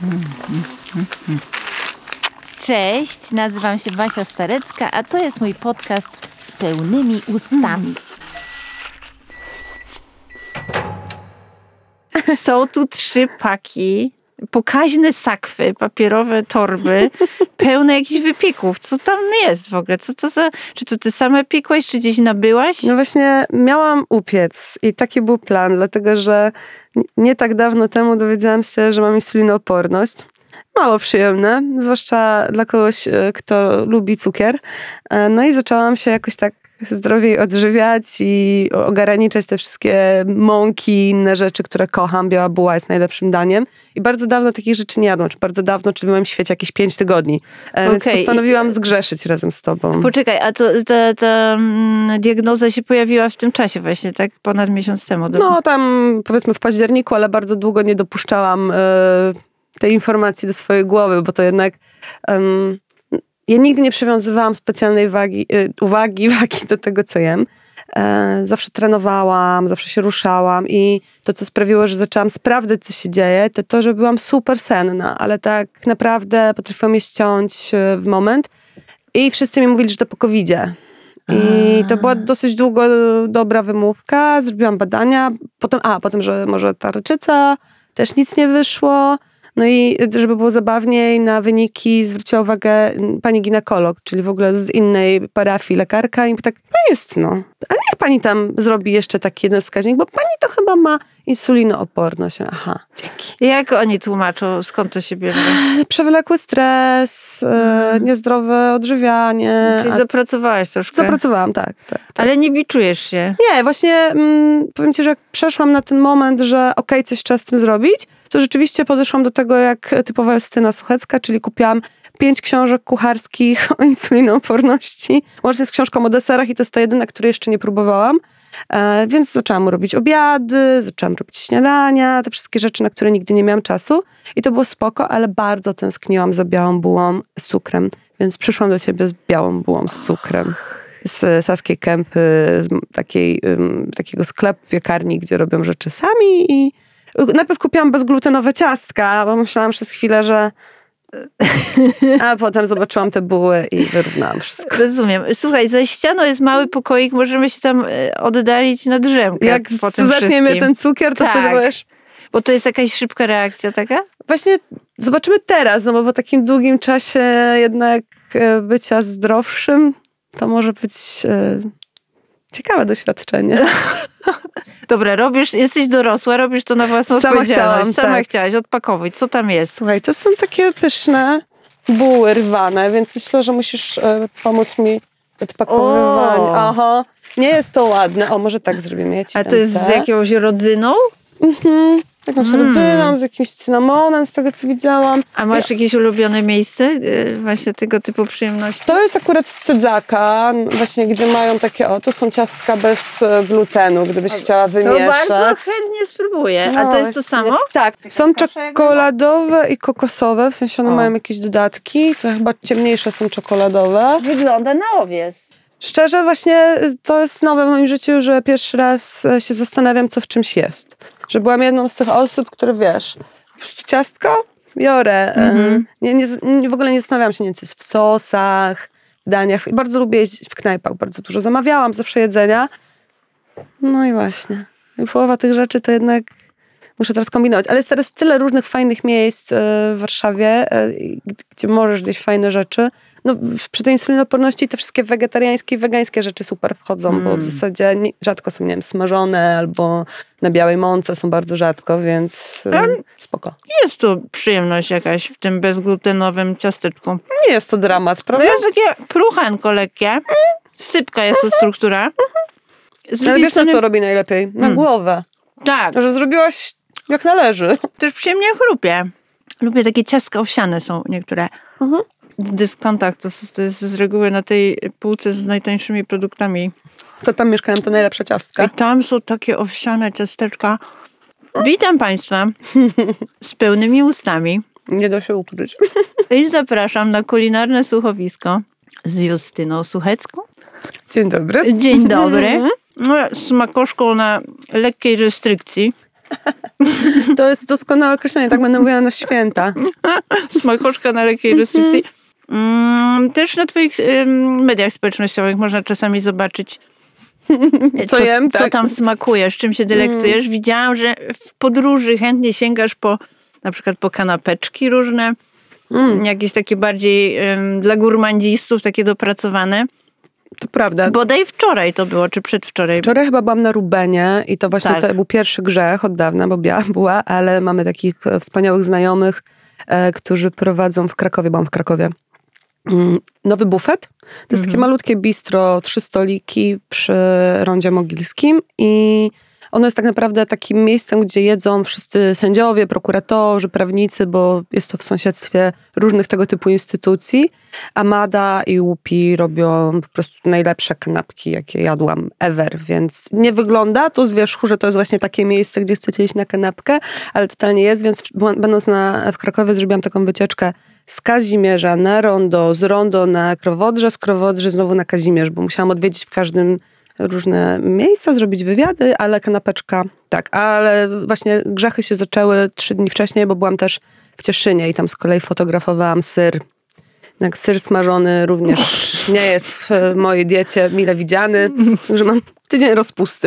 Cześć, nazywam się Basia Starecka, a to jest mój podcast z pełnymi ustami. Są tu 3 paki, pokaźne sakwy, papierowe torby, pełne jakichś wypieków. Co tam jest w ogóle? Co to za... Czy to ty sama piekłaś, czy gdzieś nabyłaś? No właśnie miałam upiec i taki był plan, dlatego że nie tak dawno temu dowiedziałam się, że mam insulinooporność. Mało przyjemne, zwłaszcza dla kogoś, kto lubi cukier. No i zaczęłam się jakoś tak zdrowiej odżywiać i ograniczać te wszystkie mąki i inne rzeczy, które kocham. Biała buła jest najlepszym daniem. I bardzo dawno takich rzeczy nie jadłam. Bardzo dawno, czyli w moim świecie jakieś 5 tygodni. Więc postanowiłam zgrzeszyć razem z tobą. Poczekaj, a to ta diagnoza się pojawiła w tym czasie właśnie, tak? Ponad miesiąc temu. No tam powiedzmy w październiku, ale bardzo długo nie dopuszczałam tej informacji do swojej głowy, bo to jednak... Ja nigdy nie przywiązywałam specjalnej uwagi do tego, co jem. Zawsze trenowałam, zawsze się ruszałam i to, co sprawiło, że zaczęłam sprawdzać, co się dzieje, to, że byłam super senna, ale tak naprawdę potrafiłam mnie ściąć w moment i wszyscy mi mówili, że to po COVID-zie. I to była dosyć długo dobra wymówka, zrobiłam badania, potem, że może tarczyca, też nic nie wyszło. No i żeby było zabawniej, na wyniki zwróciła uwagę pani ginekolog, czyli w ogóle z innej parafii lekarka i tak, a niech pani tam zrobi jeszcze taki jeden wskaźnik, bo pani to chyba ma insulinooporność. Aha, dzięki. Jak oni tłumaczą, skąd to się bierze? Przewlekły stres, niezdrowe odżywianie. Czyli zapracowałaś troszkę? Zapracowałam, tak. Ale nie biczujesz się? Nie, właśnie powiem ci, że jak przeszłam na ten moment, że coś trzeba z tym zrobić, to rzeczywiście podeszłam do tego jak typowa Justyna Suchecka, czyli kupiłam 5 książek kucharskich o insulinooporności, łącznie z książką o deserach i to jest ta jedyna, której jeszcze nie próbowałam. Więc zaczęłam robić obiady, zaczęłam robić śniadania, te wszystkie rzeczy, na które nigdy nie miałam czasu. I to było spoko, ale bardzo tęskniłam za białą bułą z cukrem. Więc przyszłam do ciebie z białą bułą z cukrem. Z Saskiej Kępy, z takiego sklepu, piekarni, gdzie robią rzeczy sami i najpierw kupiłam bezglutenowe ciastka, bo myślałam przez chwilę, że... A potem zobaczyłam te buły i wyrównałam wszystko. Rozumiem. Słuchaj, za ścianą jest mały pokoik, możemy się tam oddalić na drzemkę. Jak zetniemy ten cukier, to wtedy będziesz... Bo to jest jakaś szybka reakcja taka? Właśnie zobaczymy teraz, no bo po takim długim czasie jednak bycia zdrowszym, to może być ciekawe doświadczenie. Dobra, jesteś dorosła, robisz to na własną odpowiedzialność. Sama chciałaś odpakować. Co tam jest? Słuchaj, to są takie pyszne buły rwane, więc myślę, że musisz pomóc mi w odpakowywaniu. Aha, nie jest to ładne. O, może tak zrobimy. Ja a to jest z jakąś rodzyną? Jakąś rodzyną, z jakimś cynamonem, z tego co widziałam. A masz jakieś ulubione miejsce właśnie tego typu przyjemności? To jest akurat z Cydzaka, właśnie gdzie mają takie, to są ciastka bez glutenu, gdybyś chciała wymieszać. To bardzo chętnie spróbuję. A to jest to samo? Tak, są czekoladowe i kokosowe, w sensie one mają jakieś dodatki, to chyba ciemniejsze są czekoladowe. Wygląda na owiec. Szczerze, właśnie to jest nowe w moim życiu, że pierwszy raz się zastanawiam, co w czymś jest. Że byłam jedną z tych osób, które wiesz, po prostu ciastko, biorę. W ogóle nie zastanawiałam się, co jest w sosach, w daniach. Bardzo lubię jeść w knajpach, bardzo dużo zamawiałam zawsze jedzenia. No i właśnie. I połowa tych rzeczy to jednak muszę teraz kombinować. Ale jest teraz tyle różnych fajnych miejsc w Warszawie, gdzie możesz gdzieś fajne rzeczy. No, przy tej insulinooporności te wszystkie wegetariańskie i wegańskie rzeczy super wchodzą, bo w zasadzie rzadko są, nie wiem, smażone albo na białej mące są bardzo rzadko, więc spoko. Jest tu przyjemność jakaś w tym bezglutenowym ciasteczku. Nie jest to dramat, prawda? No jest takie pruchanko lekkie, sypka jest to struktura. Ale wiesz, co robi najlepiej? Na głowę. Tak. Że zrobiłaś jak należy. Też przyjemnie chrupie. Lubię takie ciastka owsiane są niektóre. W dyskontach to jest z reguły na tej półce z najtańszymi produktami. To tam mieszkają te najlepsze ciastka. I tam są takie owsiane ciasteczka. Witam Państwa z pełnymi ustami. Nie da się ukryć. I zapraszam na kulinarne słuchowisko z Justyną Suchecką. Dzień dobry. Dzień dobry. No, smakoszką na lekkiej restrykcji. To jest doskonałe określenie, tak będę mówiła na święta. Smakoszka na lekkiej restrykcji. Też na twoich mediach społecznościowych można czasami zobaczyć, co tam smakujesz, czym się delektujesz. Widziałam, że w podróży chętnie sięgasz na przykład po kanapeczki różne, jakieś takie bardziej dla gurmandzistów, takie dopracowane. To prawda. Bodaj wczoraj to było, czy przedwczoraj? Wczoraj chyba byłam na Rubenie i to właśnie to był pierwszy grzech od dawna, bo była, ale mamy takich wspaniałych znajomych, którzy prowadzą w Krakowie, byłam w Krakowie, nowy bufet. To jest takie malutkie bistro, 3 stoliki przy Rondzie Mogilskim i ono jest tak naprawdę takim miejscem, gdzie jedzą wszyscy sędziowie, prokuratorzy, prawnicy, bo jest to w sąsiedztwie różnych tego typu instytucji. Amada i Łupi robią po prostu najlepsze kanapki, jakie jadłam ever, więc nie wygląda to z wierzchu, że to jest właśnie takie miejsce, gdzie chcecie iść na kanapkę, ale totalnie jest, więc będąc w Krakowie zrobiłam taką wycieczkę z Kazimierza na Rondo, z Rondo na Krowodrze, z Krowodrzy znowu na Kazimierz, bo musiałam odwiedzić w każdym różne miejsca, zrobić wywiady, ale kanapeczka, tak. Ale właśnie grzechy się zaczęły 3 dni wcześniej, bo byłam też w Cieszynie i tam z kolei fotografowałam syr. Jak syr smażony również nie jest w mojej diecie mile widziany, także mam tydzień rozpusty.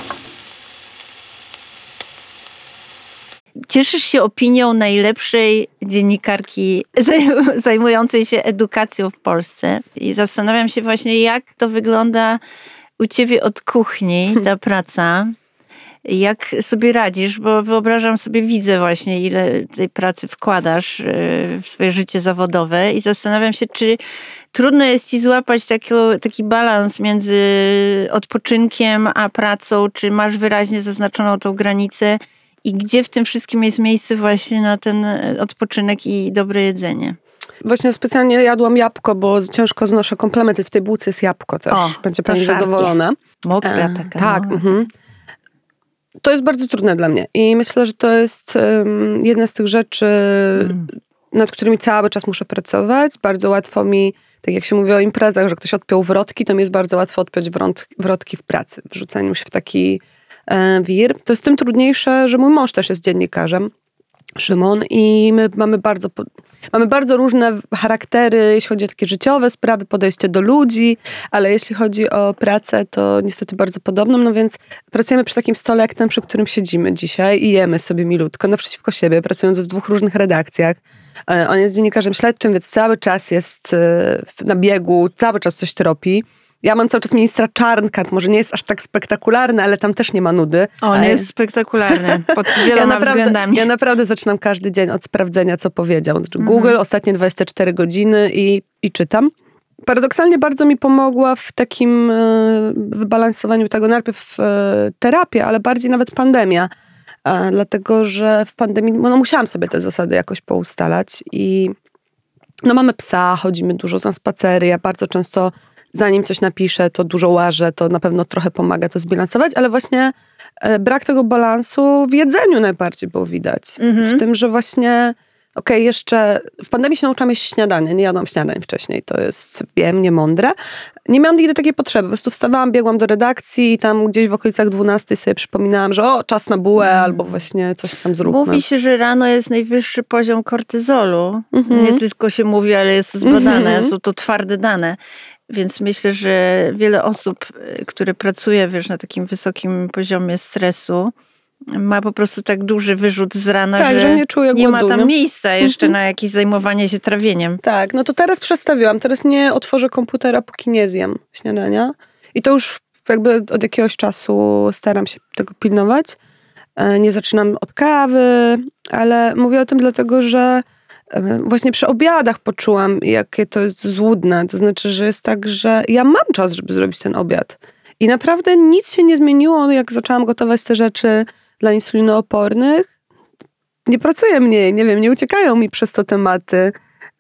Cieszysz się opinią najlepszej dziennikarki zajmującej się edukacją w Polsce i zastanawiam się właśnie, jak to wygląda u ciebie od kuchni, ta praca. Jak sobie radzisz, bo wyobrażam sobie, widzę właśnie, ile tej pracy wkładasz w swoje życie zawodowe i zastanawiam się, czy trudno jest ci złapać taki balans między odpoczynkiem a pracą, czy masz wyraźnie zaznaczoną tą granicę i gdzie w tym wszystkim jest miejsce właśnie na ten odpoczynek i dobre jedzenie? Właśnie specjalnie jadłam jabłko, bo ciężko znoszę komplementy. W tej bułce jest jabłko też. Będzie pani zadowolona. Mokra taka. Tak. To jest bardzo trudne dla mnie i myślę, że to jest jedna z tych rzeczy, nad którymi cały czas muszę pracować. Bardzo łatwo mi, tak jak się mówi o imprezach, że ktoś odpiął wrotki, to mi jest bardzo łatwo odpiąć wrotki w pracy, w rzucaniu się w taki wir. To jest tym trudniejsze, że mój mąż też jest dziennikarzem, Szymon, i my mamy bardzo różne charaktery, jeśli chodzi o takie życiowe sprawy, podejście do ludzi, ale jeśli chodzi o pracę, to niestety bardzo podobną, no więc pracujemy przy takim stole jak ten, przy którym siedzimy dzisiaj i jemy sobie milutko naprzeciwko siebie, pracując w 2 różnych redakcjach. On jest dziennikarzem śledczym, więc cały czas jest na biegu, cały czas coś tropi. Ja mam cały czas ministra Czarnkat, może nie jest aż tak spektakularny, ale tam też nie ma nudy. On jest spektakularny pod wieloma względami. Ja naprawdę zaczynam każdy dzień od sprawdzenia, co powiedział. Google, ostatnie 24 godziny i czytam. Paradoksalnie bardzo mi pomogła w takim wybalansowaniu tego najpierw terapia, ale bardziej nawet pandemia. Dlatego, że w pandemii musiałam sobie te zasady jakoś poustalać i mamy psa, chodzimy dużo na spacery, ja bardzo często zanim coś napiszę, to dużo łażę, to na pewno trochę pomaga to zbilansować, ale właśnie brak tego balansu w jedzeniu najbardziej było widać. W tym, że właśnie jeszcze w pandemii się nauczyłam jeść śniadanie, nie jadłam śniadań wcześniej, to jest, wiem, niemądre. Nie miałam nigdy takiej potrzeby, po prostu wstawałam, biegłam do redakcji i tam gdzieś w okolicach 12 sobie przypominałam, że czas na bułę albo właśnie coś tam zróbmy. Mówi się, że rano jest najwyższy poziom kortyzolu. Nie tylko się mówi, ale jest to zbadane, są to twarde dane. Więc myślę, że wiele osób, które pracuje, na takim wysokim poziomie stresu, ma po prostu tak duży wyrzut z rana, że nie czuje głodu, nie ma tam miejsca jeszcze na jakieś zajmowanie się trawieniem. Tak, no to teraz przestawiłam. Teraz nie otworzę komputera, póki nie zjem śniadania. I to już jakby od jakiegoś czasu staram się tego pilnować. Nie zaczynam od kawy, ale mówię o tym dlatego, że właśnie przy obiadach poczułam, jakie to jest złudne. To znaczy, że jest tak, że ja mam czas, żeby zrobić ten obiad. I naprawdę nic się nie zmieniło, jak zaczęłam gotować te rzeczy dla insulinoopornych. Nie pracuję mniej, nie wiem, nie uciekają mi przez to tematy.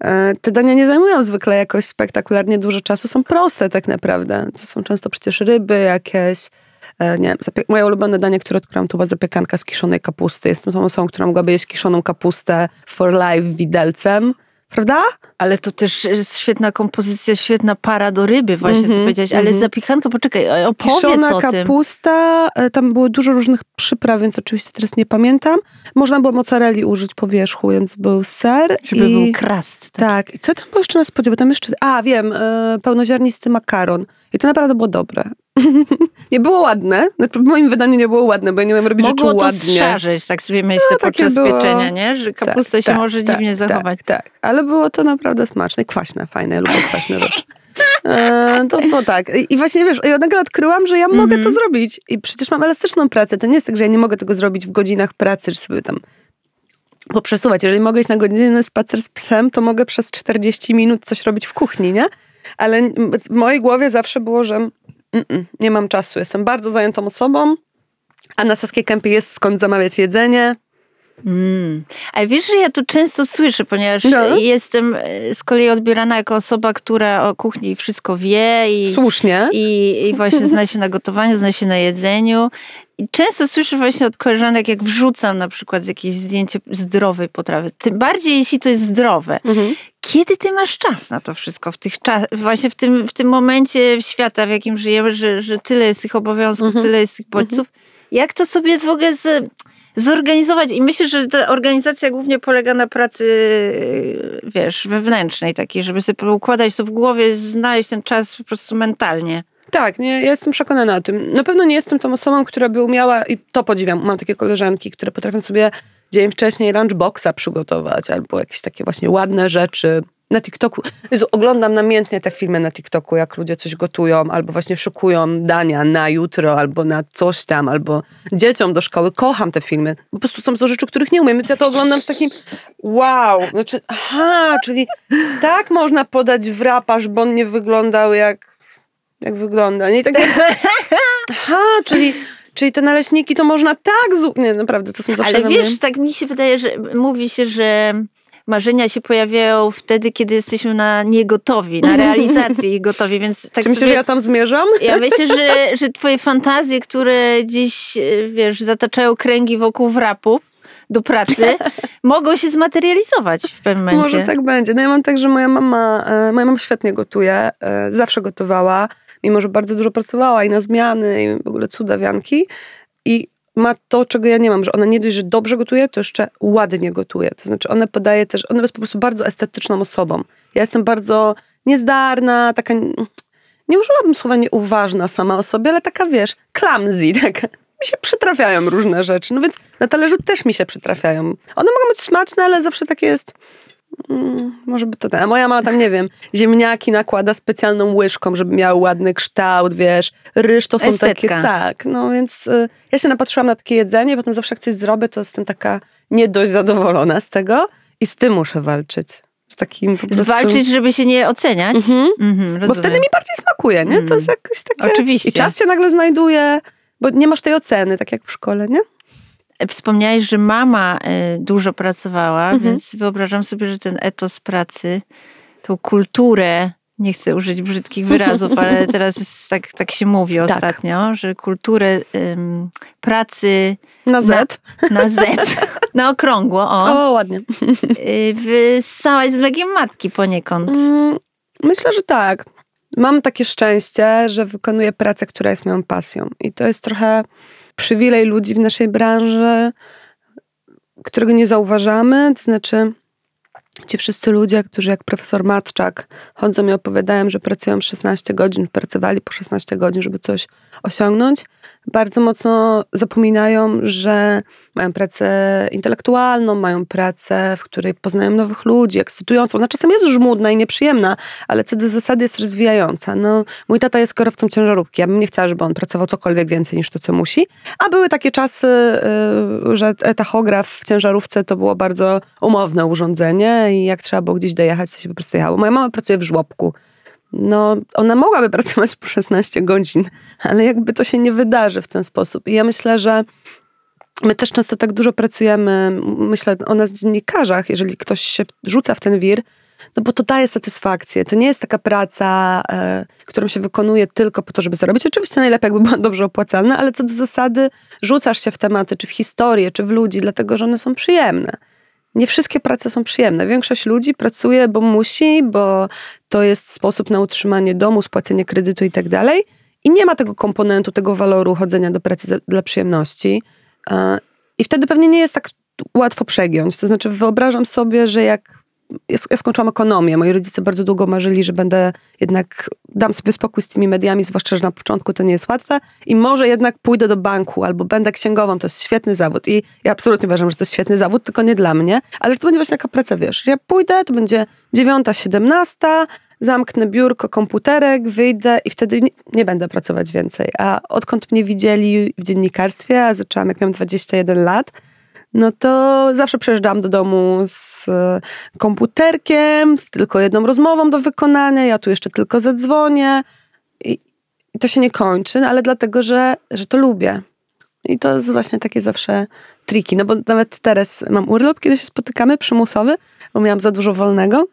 Te dania nie zajmują zwykle jakoś spektakularnie dużo czasu. Są proste tak naprawdę. To są często przecież ryby jakieś. Nie wiem, moje ulubione danie, które odkryłam, to była zapiekanka z kiszonej kapusty. Jestem tą osobą, która mogłaby jeść kiszoną kapustę for life widelcem. Prawda? Ale to też jest świetna kompozycja, świetna para do ryby właśnie, co powiedziałaś. Ale zapiekanka, poczekaj, opowiedz Kiszona o tym. kapusta, tam było dużo różnych przypraw, więc oczywiście teraz nie pamiętam. Można było mozzarelli użyć po wierzchu, więc był ser. Żeby był krast. Tak. I co tam było jeszcze na spodzie? Bo tam jeszcze... wiem, pełnoziarnisty makaron. I to naprawdę było dobre. Nie było ładne. W moim wydaniu nie było ładne, bo ja nie umiem robić rzeczy ładnie. Mogło to zszarzeć, tak sobie myślę, podczas pieczenia, nie? Że kapusta się może dziwnie zachować. Tak. Ale było to naprawdę smaczne. Kwaśne, fajne. Ja lubię kwaśne rzeczy. To tak. I właśnie wiesz, ja nagle odkryłam, że ja mogę to zrobić. I przecież mam elastyczną pracę. To nie jest tak, że ja nie mogę tego zrobić w godzinach pracy, czy sobie tam poprzesuwać. Jeżeli mogę iść na godzinny spacer z psem, to mogę przez 40 minut coś robić w kuchni, nie? Ale w mojej głowie zawsze było, że nie mam czasu. Jestem bardzo zajętą osobą, a na Saskiej Kępie jest skąd zamawiać jedzenie. Ale wiesz, że ja to często słyszę, ponieważ jestem z kolei odbierana jako osoba, która o kuchni wszystko wie. Słusznie. I właśnie zna się na gotowaniu, zna się na jedzeniu. I często słyszę właśnie od koleżanek, jak wrzucam na przykład jakieś zdjęcie zdrowej potrawy. Tym bardziej, jeśli to jest zdrowe. Kiedy ty masz czas na to wszystko? Właśnie w tym momencie świata, w jakim żyjemy, że tyle jest tych obowiązków, tyle jest tych bodźców. Jak to sobie w ogóle zorganizować? I myślę, że ta organizacja głównie polega na pracy, wiesz, wewnętrznej takiej, żeby sobie układać to w głowie, znaleźć ten czas po prostu mentalnie. Tak, ja jestem przekonana o tym. Na pewno nie jestem tą osobą, która by umiała, i to podziwiam, mam takie koleżanki, które potrafią sobie dzień wcześniej lunchboxa przygotować, albo jakieś takie właśnie ładne rzeczy. Na TikToku, Jezu, oglądam namiętnie te filmy na TikToku, jak ludzie coś gotują, albo właśnie szykują dania na jutro, albo na coś tam, albo dzieciom do szkoły. Kocham te filmy. Po prostu są to rzeczy, których nie umiem, więc ja to oglądam z takim wow. Znaczy, czyli tak można podać wrapa, żeby on nie wyglądał jak wygląda. Nie tak czyli te naleśniki to można tak nie, naprawdę, to są zawsze... Ale wiesz, tak mi się wydaje, że mówi się, że marzenia się pojawiają wtedy, kiedy jesteśmy na nie gotowi, na realizację ich gotowi, więc tak. Czy myślisz, że ja tam zmierzam? Ja myślę, że twoje fantazje, które gdzieś, wiesz, zataczają kręgi wokół wrapów do pracy, mogą się zmaterializować w pewnym momencie. Może tak będzie. No ja mam tak, że moja mama świetnie gotuje, zawsze gotowała, mimo że bardzo dużo pracowała i na zmiany, i w ogóle cudawianki. I ma to, czego ja nie mam, że ona nie dość, że dobrze gotuje, to jeszcze ładnie gotuje. To znaczy ona jest po prostu bardzo estetyczną osobą. Ja jestem bardzo niezdarna, taka, nie użyłabym słowa nieuważna sama o sobie, ale taka, wiesz, clumsy, taka. Mi się przytrafiają różne rzeczy, no więc na talerzu też mi się przytrafiają. One mogą być smaczne, ale zawsze takie jest... może by to ten. A moja mama tam, nie wiem, ziemniaki nakłada specjalną łyżką, żeby miały ładny kształt, wiesz. Ryż to są estetka. takie, tak. No więc ja się napatrzyłam na takie jedzenie, potem zawsze jak coś zrobię, to jestem taka nie dość zadowolona z tego i z tym muszę walczyć. Z takim po prostu... Zwalczyć, żeby się nie oceniać? Bo wtedy mi bardziej smakuje, nie? To jest jakoś takie... Oczywiście. I czas się nagle znajduje, bo nie masz tej oceny, tak jak w szkole, nie? Wspomniałeś, że mama dużo pracowała, więc wyobrażam sobie, że ten etos pracy, tą kulturę, nie chcę użyć brzydkich wyrazów, ale teraz jest tak się mówi ostatnio, że kulturę pracy na Z. Na okrągło. O, ładnie. Wyssałaś z mlekiem matki poniekąd. Myślę, że tak. Mam takie szczęście, że wykonuję pracę, która jest moją pasją. I to jest trochę przywilej ludzi w naszej branży, którego nie zauważamy. To znaczy ci wszyscy ludzie, którzy jak profesor Matczak chodzą i opowiadają, że pracują 16 godzin, pracowali po 16 godzin, żeby coś osiągnąć, bardzo mocno zapominają, że mają pracę intelektualną, mają pracę, w której poznają nowych ludzi, ekscytującą. Ona czasem jest żmudna i nieprzyjemna, ale co do zasady jest rozwijająca. No, mój tata jest kierowcą ciężarówki. Ja bym nie chciała, żeby on pracował cokolwiek więcej niż to, co musi. A były takie czasy, że tachograf w ciężarówce to było bardzo umowne urządzenie i jak trzeba było gdzieś dojechać, to się po prostu jechało. Moja mama pracuje w żłobku. No, ona mogłaby pracować po 16 godzin, ale jakby to się nie wydarzy w ten sposób. I ja myślę, że my też często tak dużo pracujemy, myślę o nas dziennikarzach, jeżeli ktoś się rzuca w ten wir, no bo to daje satysfakcję. To nie jest taka praca, którą się wykonuje tylko po to, żeby zarobić. Oczywiście najlepiej, jakby była dobrze opłacalna, ale co do zasady rzucasz się w tematy, czy w historię, czy w ludzi, dlatego, że one są przyjemne. nie wszystkie prace są przyjemne. Większość ludzi pracuje, bo musi, bo to jest sposób na utrzymanie domu, spłacenie kredytu i tak dalej. I nie ma tego komponentu, tego waloru chodzenia do pracy dla przyjemności. I wtedy pewnie nie jest tak łatwo przegiąć. To znaczy wyobrażam sobie, że jak ja skończyłam ekonomię, moi rodzice bardzo długo marzyli, że dam sobie spokój z tymi mediami, zwłaszcza, że na początku to nie jest łatwe i może jednak pójdę do banku albo będę księgową, to jest świetny zawód i ja absolutnie uważam, że to jest świetny zawód, tylko nie dla mnie, ale że to będzie właśnie taka praca, wiesz, ja pójdę, to będzie 9:00–17:00, zamknę biurko, komputerek, wyjdę i wtedy nie będę pracować więcej. A odkąd mnie widzieli w dziennikarstwie, a zaczęłam jak miałam 21 lat, no to zawsze przyjeżdżałam do domu z komputerkiem, z tylko jedną rozmową do wykonania, ja tu jeszcze tylko zadzwonię i to się nie kończy, no ale dlatego, że to lubię. I to jest właśnie takie zawsze triki, no bo nawet teraz mam urlop, kiedy się spotykamy, przymusowy, bo miałam za dużo wolnego.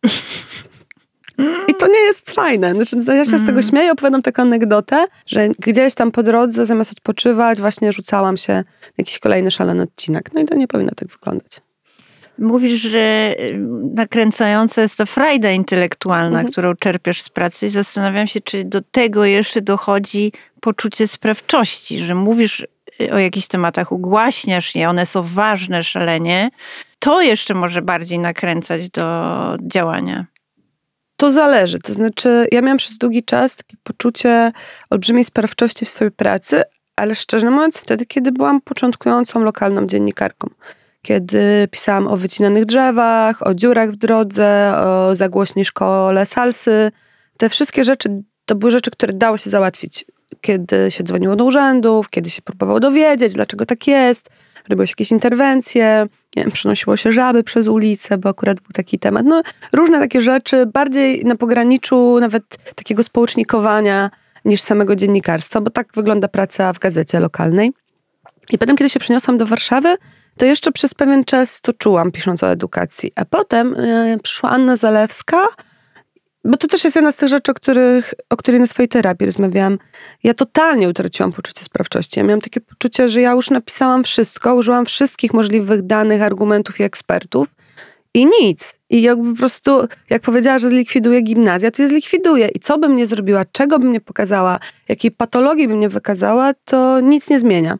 I to nie jest fajne. Znaczy, ja się z tego śmieję, opowiadam taką anegdotę, że gdzieś tam po drodze, zamiast odpoczywać, właśnie rzucałam się na jakiś kolejny szalony odcinek. No i to nie powinno tak wyglądać. Mówisz, że nakręcająca jest ta frajda intelektualna, którą czerpiesz z pracy i zastanawiam się, czy do tego jeszcze dochodzi poczucie sprawczości, że mówisz o jakichś tematach, ugłaśniasz je, one są ważne szalenie. To jeszcze może bardziej nakręcać do działania. To zależy. To znaczy, ja miałam przez długi czas takie poczucie olbrzymiej sprawczości w swojej pracy, ale szczerze mówiąc wtedy, kiedy byłam początkującą lokalną dziennikarką. Kiedy pisałam o wycinanych drzewach, o dziurach w drodze, o zagłośnej szkole salsy. Te wszystkie rzeczy, to były rzeczy, które dało się załatwić. Kiedy się dzwoniło do urzędów, kiedy się próbowało dowiedzieć, dlaczego tak jest. Robiło się jakieś interwencje, nie wiem, przenosiło się żaby przez ulicę, bo akurat był taki temat. No, różne takie rzeczy, bardziej na pograniczu nawet takiego społecznikowania niż samego dziennikarstwa, bo tak wygląda praca w gazecie lokalnej. I potem, kiedy się przeniosłam do Warszawy, to jeszcze przez pewien czas to czułam, pisząc o edukacji. A potem przyszła Anna Zalewska, bo to też jest jedna z tych rzeczy, o której na swojej terapii rozmawiałam. Ja totalnie utraciłam poczucie sprawczości. Ja miałam takie poczucie, że ja już napisałam wszystko, użyłam wszystkich możliwych danych, argumentów i ekspertów i nic. I jakby po prostu, jak powiedziała, że zlikwiduje gimnazja, to je zlikwiduje. I co bym nie zrobiła, czego bym nie pokazała, jakiej patologii bym nie wykazała, to nic nie zmienia.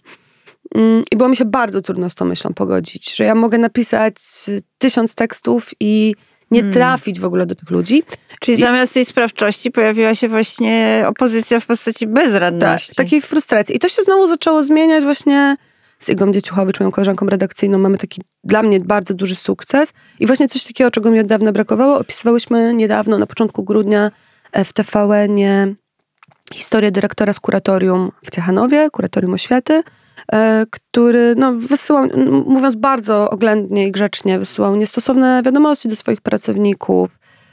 I było mi się bardzo trudno z tą myślą pogodzić, że ja mogę napisać 1000 tekstów i nie trafić w ogóle do tych ludzi. Czyli zamiast tej sprawczości pojawiła się właśnie opozycja w postaci bezradności. Tak, takiej frustracji. I to się znowu zaczęło zmieniać właśnie z Igą Dzieciuchowicz, moją koleżanką redakcyjną. Mamy taki dla mnie bardzo duży sukces. I właśnie coś takiego, czego mi od dawna brakowało, opisywałyśmy niedawno, na początku grudnia w TVN-ie historię dyrektora z kuratorium w Ciechanowie, kuratorium oświaty, który wysyłał, mówiąc bardzo oględnie i grzecznie, wysyłał niestosowne wiadomości do swoich pracowników,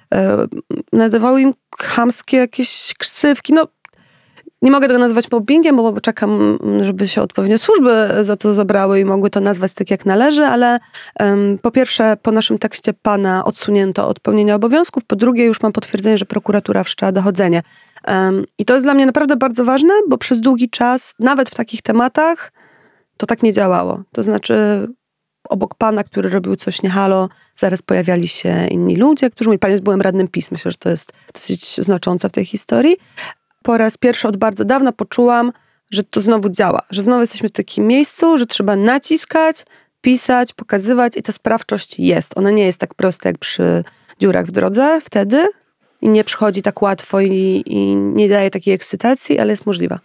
nadawał im chamskie jakieś ksywki. Nie mogę tego nazwać mobbingiem, bo czekam, żeby się odpowiednie służby za to zabrały i mogły to nazwać tak jak należy, ale po pierwsze po naszym tekście pana odsunięto od pełnienia obowiązków, po drugie już mam potwierdzenie, że prokuratura wszczęła dochodzenie. I to jest dla mnie naprawdę bardzo ważne, bo przez długi czas, nawet w takich tematach, to tak nie działało. To znaczy obok pana, który robił coś nie halo, zaraz pojawiali się inni ludzie, którzy mówili, panie, byłem radnym PiS. Myślę, że to jest dosyć znaczące w tej historii. Po raz pierwszy od bardzo dawna poczułam, że to znowu działa, że znowu jesteśmy w takim miejscu, że trzeba naciskać, pisać, pokazywać i ta sprawczość jest. Ona nie jest tak prosta jak przy dziurach w drodze wtedy i nie przychodzi tak łatwo i nie daje takiej ekscytacji, ale jest możliwa.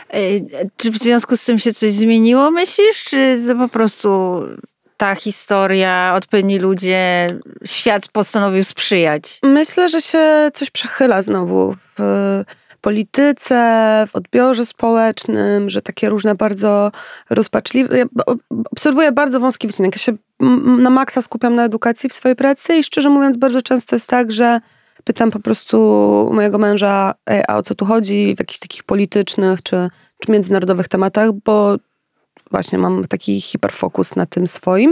Czy w związku z tym się coś zmieniło, myślisz? Czy to po prostu ta historia, odpowiedni ludzie, świat postanowił sprzyjać? Myślę, że się coś przechyla znowu w polityce, w odbiorze społecznym, że takie różne bardzo rozpaczliwe... Ja obserwuję bardzo wąski wycinek. Ja się na maksa skupiam na edukacji w swojej pracy i szczerze mówiąc bardzo często jest tak, że pytam po prostu mojego męża, a o co tu chodzi w jakichś takich politycznych czy międzynarodowych tematach, bo właśnie mam taki hiperfokus na tym swoim.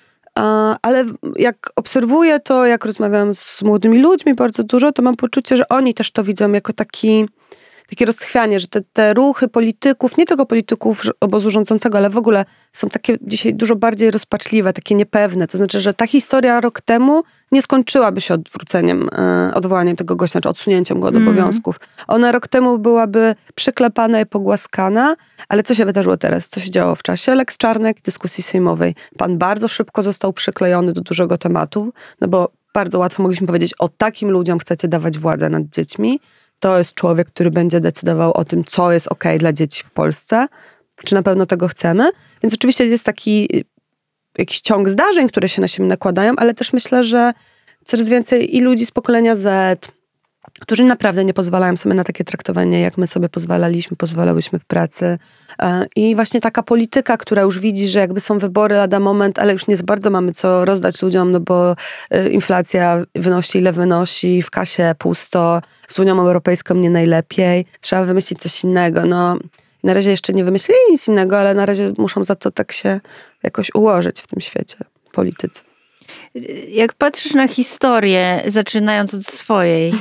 Ale jak obserwuję to, jak rozmawiam z młodymi ludźmi bardzo dużo, to mam poczucie, że oni też to widzą jako takie rozchwianie, że te ruchy polityków, nie tylko polityków obozu rządzącego, ale w ogóle są takie dzisiaj dużo bardziej rozpaczliwe, takie niepewne. To znaczy, że ta historia rok temu nie skończyłaby się odwołaniem tego gościa, czy odsunięciem go od obowiązków. Ona rok temu byłaby przyklepana i pogłaskana, ale co się wydarzyło teraz? Co się działo w czasie Lex Czarnek, dyskusji sejmowej? Pan bardzo szybko został przyklejony do dużego tematu, no bo bardzo łatwo mogliśmy powiedzieć, o takim ludziom chcecie dawać władzę nad dziećmi. To jest człowiek, który będzie decydował o tym, co jest okej dla dzieci w Polsce. Czy na pewno tego chcemy? Więc oczywiście jest taki jakiś ciąg zdarzeń, które się na siebie nakładają, ale też myślę, że coraz więcej i ludzi z pokolenia Z, którzy naprawdę nie pozwalają sobie na takie traktowanie, jak my sobie pozwalałyśmy w pracy. I właśnie taka polityka, która już widzi, że jakby są wybory lada moment, ale już nie za bardzo mamy co rozdać ludziom, no bo inflacja wynosi ile wynosi, w kasie pusto, z Unią Europejską nie najlepiej, trzeba wymyślić coś innego. No, na razie jeszcze nie wymyślili nic innego, ale na razie muszą za to tak się jakoś ułożyć w tym świecie politycy. Jak patrzysz na historię, zaczynając od swojej,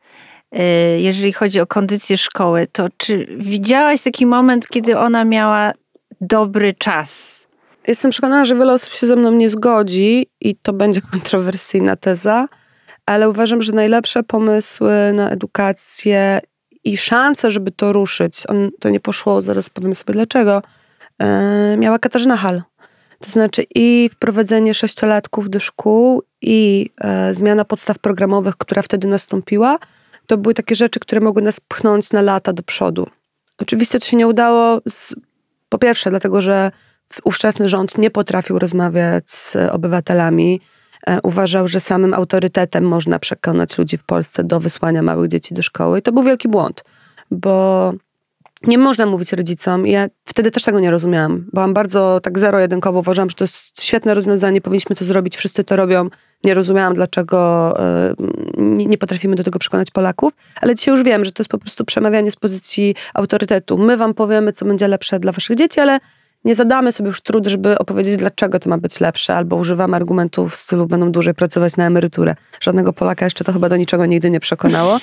jeżeli chodzi o kondycję szkoły, to czy widziałaś taki moment, kiedy ona miała dobry czas? Jestem przekonana, że wiele osób się ze mną nie zgodzi i to będzie kontrowersyjna teza, ale uważam, że najlepsze pomysły na edukację i szanse, żeby to ruszyć, to nie poszło, zaraz powiem sobie dlaczego, miała Katarzyna Hall. To znaczy i wprowadzenie 6-latków do szkół i zmiana podstaw programowych, która wtedy nastąpiła, to były takie rzeczy, które mogły nas pchnąć na lata do przodu. Oczywiście to się nie udało, po pierwsze dlatego, że ówczesny rząd nie potrafił rozmawiać z obywatelami. Uważał, że samym autorytetem można przekonać ludzi w Polsce do wysłania małych dzieci do szkoły. I to był wielki błąd, bo nie można mówić rodzicom. Ja wtedy też tego nie rozumiałam. Byłam bardzo tak zero-jedynkowo. Uważam, że to jest świetne rozwiązanie, powinniśmy to zrobić, wszyscy to robią. Nie rozumiałam, dlaczego nie potrafimy do tego przekonać Polaków, ale dzisiaj już wiem, że to jest po prostu przemawianie z pozycji autorytetu. My wam powiemy, co będzie lepsze dla waszych dzieci, ale nie zadamy sobie już trudu, żeby opowiedzieć, dlaczego to ma być lepsze, albo używamy argumentów w stylu będą dłużej pracować na emeryturę. Żadnego Polaka jeszcze to chyba do niczego nigdy nie przekonało.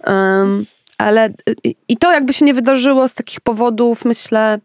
Ale i to jakby się nie wydarzyło z takich powodów, myślę,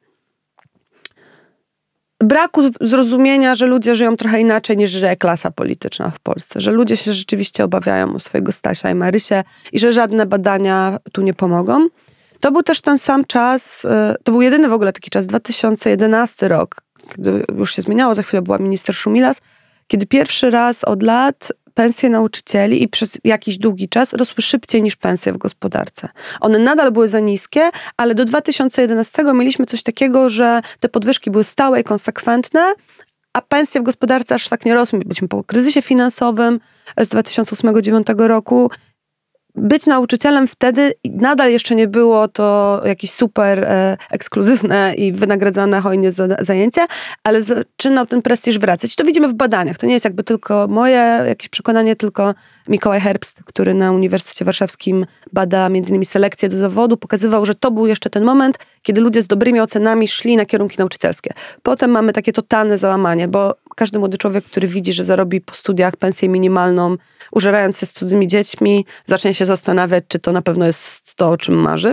braku zrozumienia, że ludzie żyją trochę inaczej niż żyje klasa polityczna w Polsce. Że ludzie się rzeczywiście obawiają o swojego Stasia i Marysię i że żadne badania tu nie pomogą. To był też ten sam czas, to był jedyny w ogóle taki czas, 2011 rok, kiedy już się zmieniało, za chwilę była minister Szumilas, kiedy pierwszy raz od lat pensje nauczycieli i przez jakiś długi czas rosły szybciej niż pensje w gospodarce. One nadal były za niskie, ale do 2011 mieliśmy coś takiego, że te podwyżki były stałe i konsekwentne, a pensje w gospodarce aż tak nie rosły. Byliśmy po kryzysie finansowym z 2008-2009 roku. Być nauczycielem wtedy nadal jeszcze nie było to jakieś super ekskluzywne i wynagradzane hojnie zajęcie, ale zaczynał ten prestiż wracać. I to widzimy w badaniach. To nie jest jakby tylko moje jakieś przekonanie, tylko Mikołaj Herbst, który na Uniwersytecie Warszawskim bada między innymi selekcję do zawodu, pokazywał, że to był jeszcze ten moment, kiedy ludzie z dobrymi ocenami szli na kierunki nauczycielskie. Potem mamy takie totalne załamanie, bo każdy młody człowiek, który widzi, że zarobi po studiach pensję minimalną, użerając się z cudzymi dziećmi, zacznie się zastanawiać, czy to na pewno jest to, o czym marzy.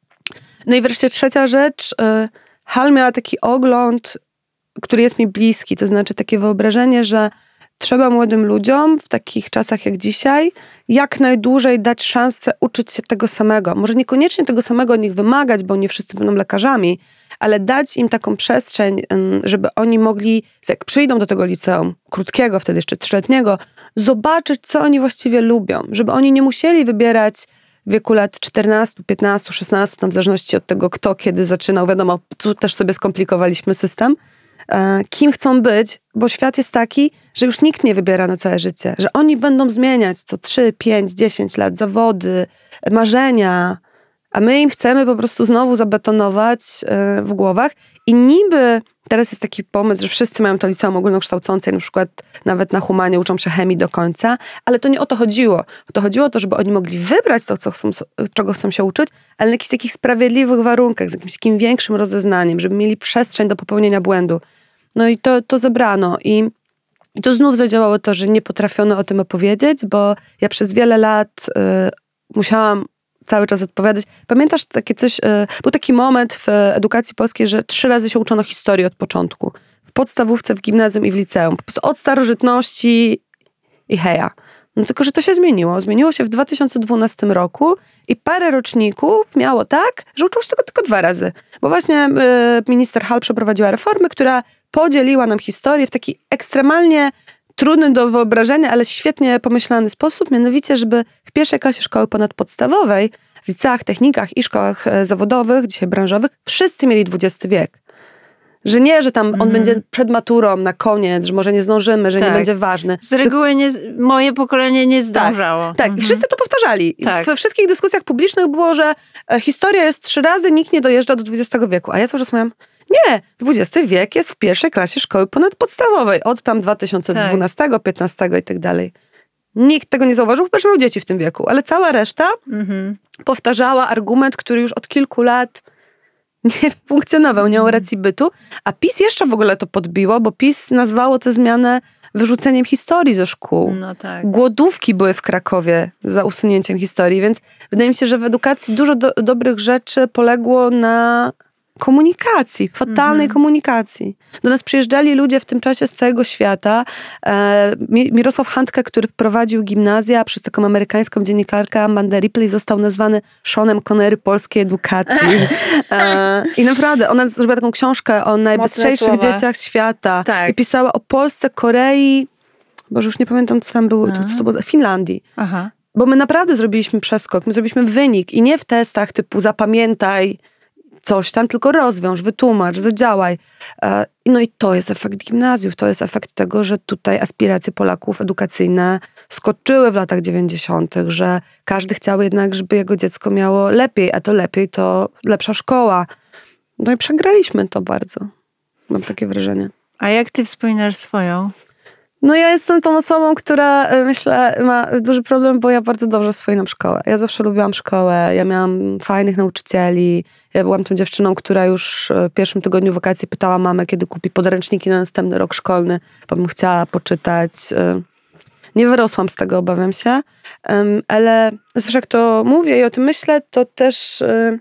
No i wreszcie trzecia rzecz. Hall miała taki ogląd, który jest mi bliski, to znaczy takie wyobrażenie, że trzeba młodym ludziom w takich czasach jak dzisiaj jak najdłużej dać szansę uczyć się tego samego. Może niekoniecznie tego samego od nich wymagać, bo nie wszyscy będą lekarzami, ale dać im taką przestrzeń, żeby oni mogli, jak przyjdą do tego liceum, krótkiego, wtedy jeszcze 3-letniego, zobaczyć, co oni właściwie lubią. Żeby oni nie musieli wybierać w wieku lat 14, 15, 16, tam w zależności od tego, kto kiedy zaczynał. Wiadomo, tu też sobie skomplikowaliśmy system. Kim chcą być, bo świat jest taki, że już nikt nie wybiera na całe życie. Że oni będą zmieniać co 3, 5, 10 lat zawody, marzenia, a my im chcemy po prostu znowu zabetonować w głowach. I niby teraz jest taki pomysł, że wszyscy mają to liceum ogólnokształcące, na przykład nawet na humanie uczą się chemii do końca, ale to nie o to chodziło. To chodziło o to, żeby oni mogli wybrać to, czego chcą się uczyć, ale na jakichś takich sprawiedliwych warunkach, z jakimś takim większym rozeznaniem, żeby mieli przestrzeń do popełnienia błędu. No i to zebrano. I to znów zadziałało to, że nie potrafiono o tym opowiedzieć, bo ja przez wiele lat musiałam cały czas odpowiadać. Pamiętasz takie coś, był taki moment w edukacji polskiej, że 3 razy się uczono historii od początku. W podstawówce, w gimnazjum i w liceum. Po prostu od starożytności i heja. No tylko, że to się zmieniło. Zmieniło się w 2012 roku i parę roczników miało tak, że uczyło się tego tylko 2 razy. Bo właśnie minister Hall przeprowadziła reformę, która podzieliła nam historię w taki ekstremalnie trudny do wyobrażenia, ale świetnie pomyślany sposób, mianowicie, żeby w pierwszej klasie szkoły ponadpodstawowej, w liceach, technikach i szkołach zawodowych, dzisiaj branżowych, wszyscy mieli XX wiek. Że nie, że tam on będzie przed maturą na koniec, że może nie zdążymy, że nie będzie ważny. Z reguły moje pokolenie nie zdążało. Tak. I wszyscy to powtarzali. Tak. We wszystkich dyskusjach publicznych było, że historia jest 3 razy, nikt nie dojeżdża do XX wieku. A ja cały czas mówiłam, nie, XX wiek jest w pierwszej klasie szkoły ponadpodstawowej, od tam 2012, 15 i tak dalej. Nikt tego nie zauważył, chyba że miał dzieci w tym wieku, ale cała reszta powtarzała argument, który już od kilku lat nie funkcjonował, nie miał racji bytu, a PiS jeszcze w ogóle to podbiło, bo PiS nazwało tę zmianę wyrzuceniem historii ze szkół. No tak. Głodówki były w Krakowie za usunięciem historii, więc wydaje mi się, że w edukacji dużo dobrych rzeczy poległo na komunikacji, fatalnej komunikacji. Do nas przyjeżdżali ludzie w tym czasie z całego świata. Mirosław Handke, który prowadził gimnazja przez taką amerykańską dziennikarkę Amandę Ripley, został nazwany Seanem Connery polskiej edukacji. I naprawdę, ona zrobiła taką książkę o najbystrzejszych dzieciach świata. Tak. I pisała o Polsce, Korei, boże już nie pamiętam co tam było, co to było, Finlandii. Aha. Bo my naprawdę zrobiliśmy przeskok, my zrobiliśmy wynik i nie w testach typu zapamiętaj coś tam, tylko rozwiąż, wytłumacz, zadziałaj. No i to jest efekt gimnazjów, to jest efekt tego, że tutaj aspiracje Polaków edukacyjne skoczyły w latach 90., że każdy chciał jednak, żeby jego dziecko miało lepiej, a to lepiej to lepsza szkoła. No i przegraliśmy to bardzo. Mam takie wrażenie. A jak ty wspominasz swoją? No ja jestem tą osobą, która myślę ma duży problem, bo ja bardzo dobrze wspominam szkołę. Ja zawsze lubiłam szkołę, ja miałam fajnych nauczycieli. Ja byłam tą dziewczyną, która już w pierwszym tygodniu wakacji pytała mamę, kiedy kupi podręczniki na następny rok szkolny, bo bym chciała poczytać. Nie wyrosłam z tego, obawiam się, ale zawsze jak to mówię i o tym myślę, to też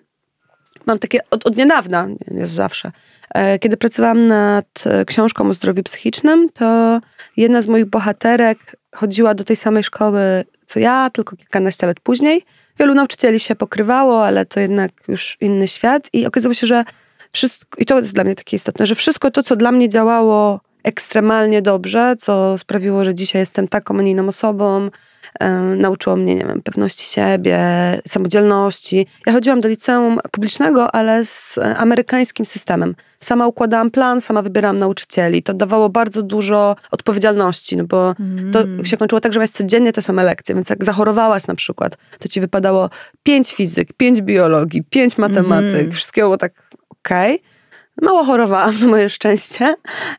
mam takie od niedawna, nie zawsze. Kiedy pracowałam nad książką o zdrowiu psychicznym, to jedna z moich bohaterek chodziła do tej samej szkoły co ja, tylko kilkanaście lat później. Wielu nauczycieli się pokrywało, ale to jednak już inny świat. I okazało się, że wszystko, i to jest dla mnie takie istotne, że wszystko to, co dla mnie działało ekstremalnie dobrze, co sprawiło, że dzisiaj jestem taką, a nie inną osobą, nauczyło mnie, nie wiem, pewności siebie, samodzielności. Ja chodziłam do liceum publicznego, ale z amerykańskim systemem. Sama układałam plan, sama wybierałam nauczycieli. To dawało bardzo dużo odpowiedzialności, no bo to się kończyło tak, że miałeś codziennie te same lekcje, więc jak zachorowałaś na przykład, to ci wypadało 5 fizyk, 5 biologii, 5 matematyk, wszystkiego było tak okej. Mało chorowałam, na moje szczęście,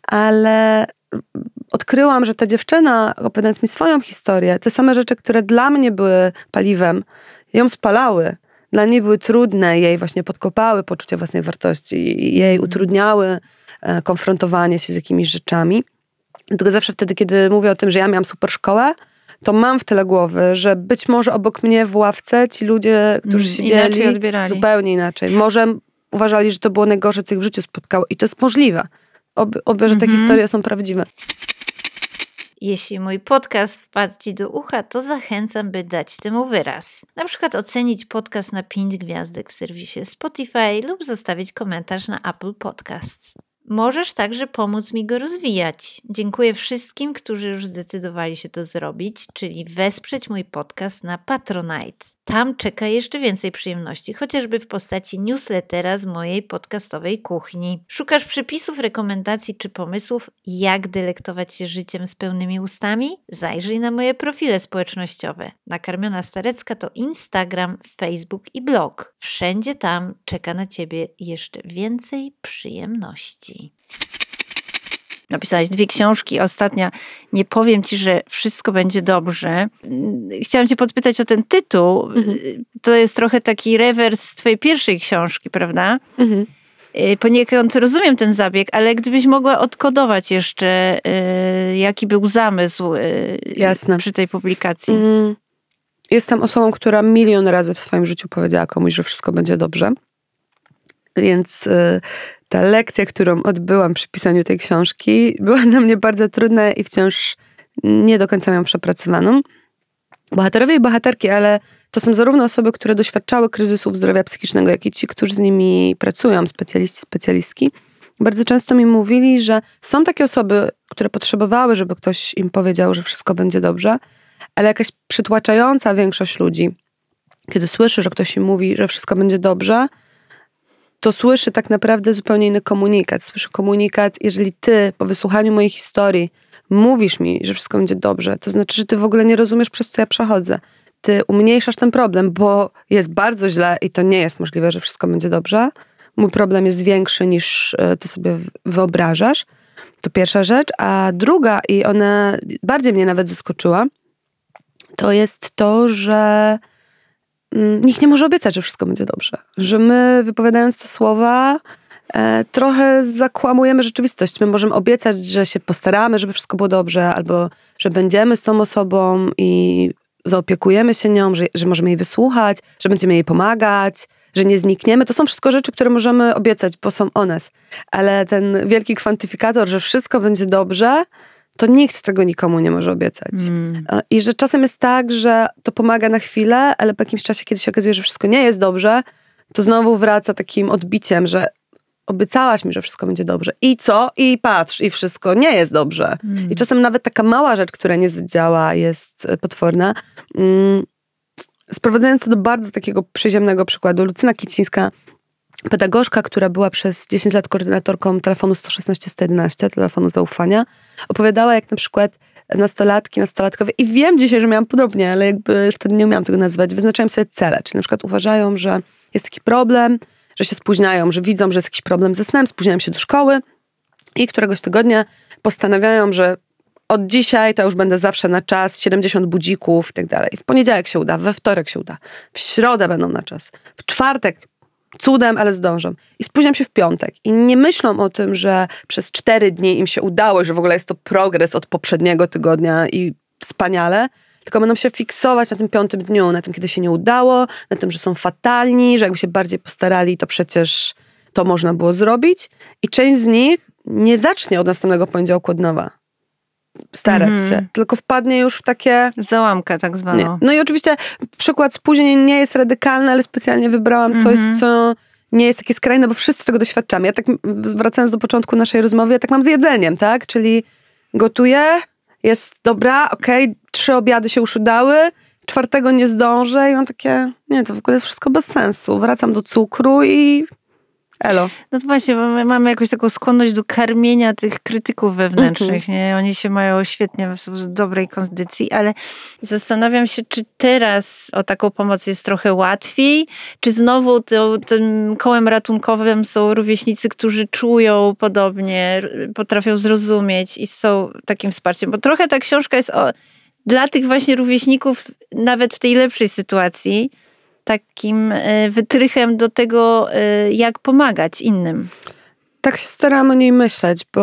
ale odkryłam, że ta dziewczyna, opowiadając mi swoją historię, te same rzeczy, które dla mnie były paliwem, ją spalały. Dla niej były trudne, jej właśnie podkopały poczucie własnej wartości, jej utrudniały konfrontowanie się z jakimiś rzeczami. Tylko zawsze wtedy, kiedy mówię o tym, że ja miałam super szkołę, to mam w tyle głowy, że być może obok mnie w ławce ci ludzie, którzy siedzieli, zupełnie inaczej. Może uważali, że to było najgorsze, co ich w życiu spotkało. I to jest możliwe. Oby, że te historie są prawdziwe. Jeśli mój podcast wpadł Ci do ucha, to zachęcam, by dać temu wyraz. Na przykład ocenić podcast na 5 gwiazdek w serwisie Spotify lub zostawić komentarz na Apple Podcasts. Możesz także pomóc mi go rozwijać. Dziękuję wszystkim, którzy już zdecydowali się to zrobić, czyli wesprzeć mój podcast na Patronite. Tam czeka jeszcze więcej przyjemności, chociażby w postaci newslettera z mojej podcastowej kuchni. Szukasz przepisów, rekomendacji czy pomysłów, jak delektować się życiem z pełnymi ustami? Zajrzyj na moje profile społecznościowe. Nakarmiona Starecka to Instagram, Facebook i blog. Wszędzie tam czeka na Ciebie jeszcze więcej przyjemności. Napisałaś 2 książki. Ostatnia, nie powiem ci, że wszystko będzie dobrze. Chciałam cię podpytać o ten tytuł. To jest trochę taki rewers twojej pierwszej książki, prawda? Poniekąd rozumiem ten zabieg, ale gdybyś mogła odkodować jeszcze, jaki był zamysł przy tej publikacji. jestem osobą, która 1 000 000 razy w swoim życiu powiedziała komuś, że wszystko będzie dobrze. Więc ta lekcja, którą odbyłam przy pisaniu tej książki, była dla mnie bardzo trudna i wciąż nie do końca ją przepracowaną. Bohaterowie i bohaterki, ale to są zarówno osoby, które doświadczały kryzysów zdrowia psychicznego, jak i ci, którzy z nimi pracują, specjaliści, specjalistki. Bardzo często mi mówili, że są takie osoby, które potrzebowały, żeby ktoś im powiedział, że wszystko będzie dobrze, ale jakaś przytłaczająca większość ludzi, kiedy słyszy, że ktoś im mówi, że wszystko będzie dobrze, to słyszy tak naprawdę zupełnie inny komunikat. Słyszy komunikat, jeżeli ty po wysłuchaniu mojej historii mówisz mi, że wszystko będzie dobrze, to znaczy, że ty w ogóle nie rozumiesz, przez co ja przechodzę. Ty umniejszasz ten problem, bo jest bardzo źle i to nie jest możliwe, że wszystko będzie dobrze. Mój problem jest większy niż ty sobie wyobrażasz. To pierwsza rzecz. A druga, i ona bardziej mnie nawet zaskoczyła, to jest to, że nikt nie może obiecać, że wszystko będzie dobrze. Że my, wypowiadając te słowa, trochę zakłamujemy rzeczywistość. My możemy obiecać, że się postaramy, żeby wszystko było dobrze, albo że będziemy z tą osobą i zaopiekujemy się nią, że możemy jej wysłuchać, że będziemy jej pomagać, że nie znikniemy. To są wszystko rzeczy, które możemy obiecać, bo są o nas. Ale ten wielki kwantyfikator, że wszystko będzie dobrze, to nikt tego nikomu nie może obiecać. I że czasem jest tak, że to pomaga na chwilę, ale po jakimś czasie, kiedy się okazuje, że wszystko nie jest dobrze, to znowu wraca takim odbiciem, że obiecałaś mi, że wszystko będzie dobrze. I co? I patrz, i wszystko nie jest dobrze. I czasem nawet taka mała rzecz, która nie zadziała, jest potworna. Sprowadzając to do bardzo takiego przyziemnego przykładu, Lucyna Kicińska, pedagogzka, która była przez 10 lat koordynatorką telefonu 116-111, telefonu zaufania, opowiadała, jak na przykład nastolatkowie, i wiem dzisiaj, że miałam podobnie, ale jakby wtedy nie umiałam tego nazwać, wyznaczają sobie cele, czyli na przykład uważają, że jest taki problem, że się spóźniają, że widzą, że jest jakiś problem ze snem, spóźniają się do szkoły i któregoś tygodnia postanawiają, że od dzisiaj to już będę zawsze na czas, 70 budzików i tak dalej. W poniedziałek się uda, we wtorek się uda, w środę będą na czas, w czwartek cudem, ale zdążą. I spóźniam się w piątek. I nie myślą o tym, że przez 4 dni im się udało, że w ogóle jest to progres od poprzedniego tygodnia i wspaniale, tylko będą się fiksować na tym 5. dniu, na tym, kiedy się nie udało, na tym, że są fatalni, że jakby się bardziej postarali, to przecież to można było zrobić. I część z nich nie zacznie od następnego poniedziałku od nowa starać się, tylko wpadnie już w takie... Załamkę tak zwaną. Nie. No i oczywiście przykład spóźnień nie jest radykalny, ale specjalnie wybrałam coś, co nie jest takie skrajne, bo wszyscy tego doświadczamy. Ja tak, wracając do początku naszej rozmowy, ja tak mam z jedzeniem, tak? Czyli gotuję, jest dobra, okej, 3 obiady się już udały, 4. nie zdążę i mam takie, nie, to w ogóle jest wszystko bez sensu. Wracam do cukru i elo. No to właśnie, bo my mamy jakąś taką skłonność do karmienia tych krytyków wewnętrznych, nie? Oni się mają świetnie w dobrej kondycji, ale zastanawiam się, czy teraz o taką pomoc jest trochę łatwiej, czy znowu tym kołem ratunkowym są rówieśnicy, którzy czują podobnie, potrafią zrozumieć i są takim wsparciem. Bo trochę ta książka jest dla tych właśnie rówieśników, nawet w tej lepszej sytuacji, takim wytrychem do tego, jak pomagać innym. Tak się starałam o niej myśleć, bo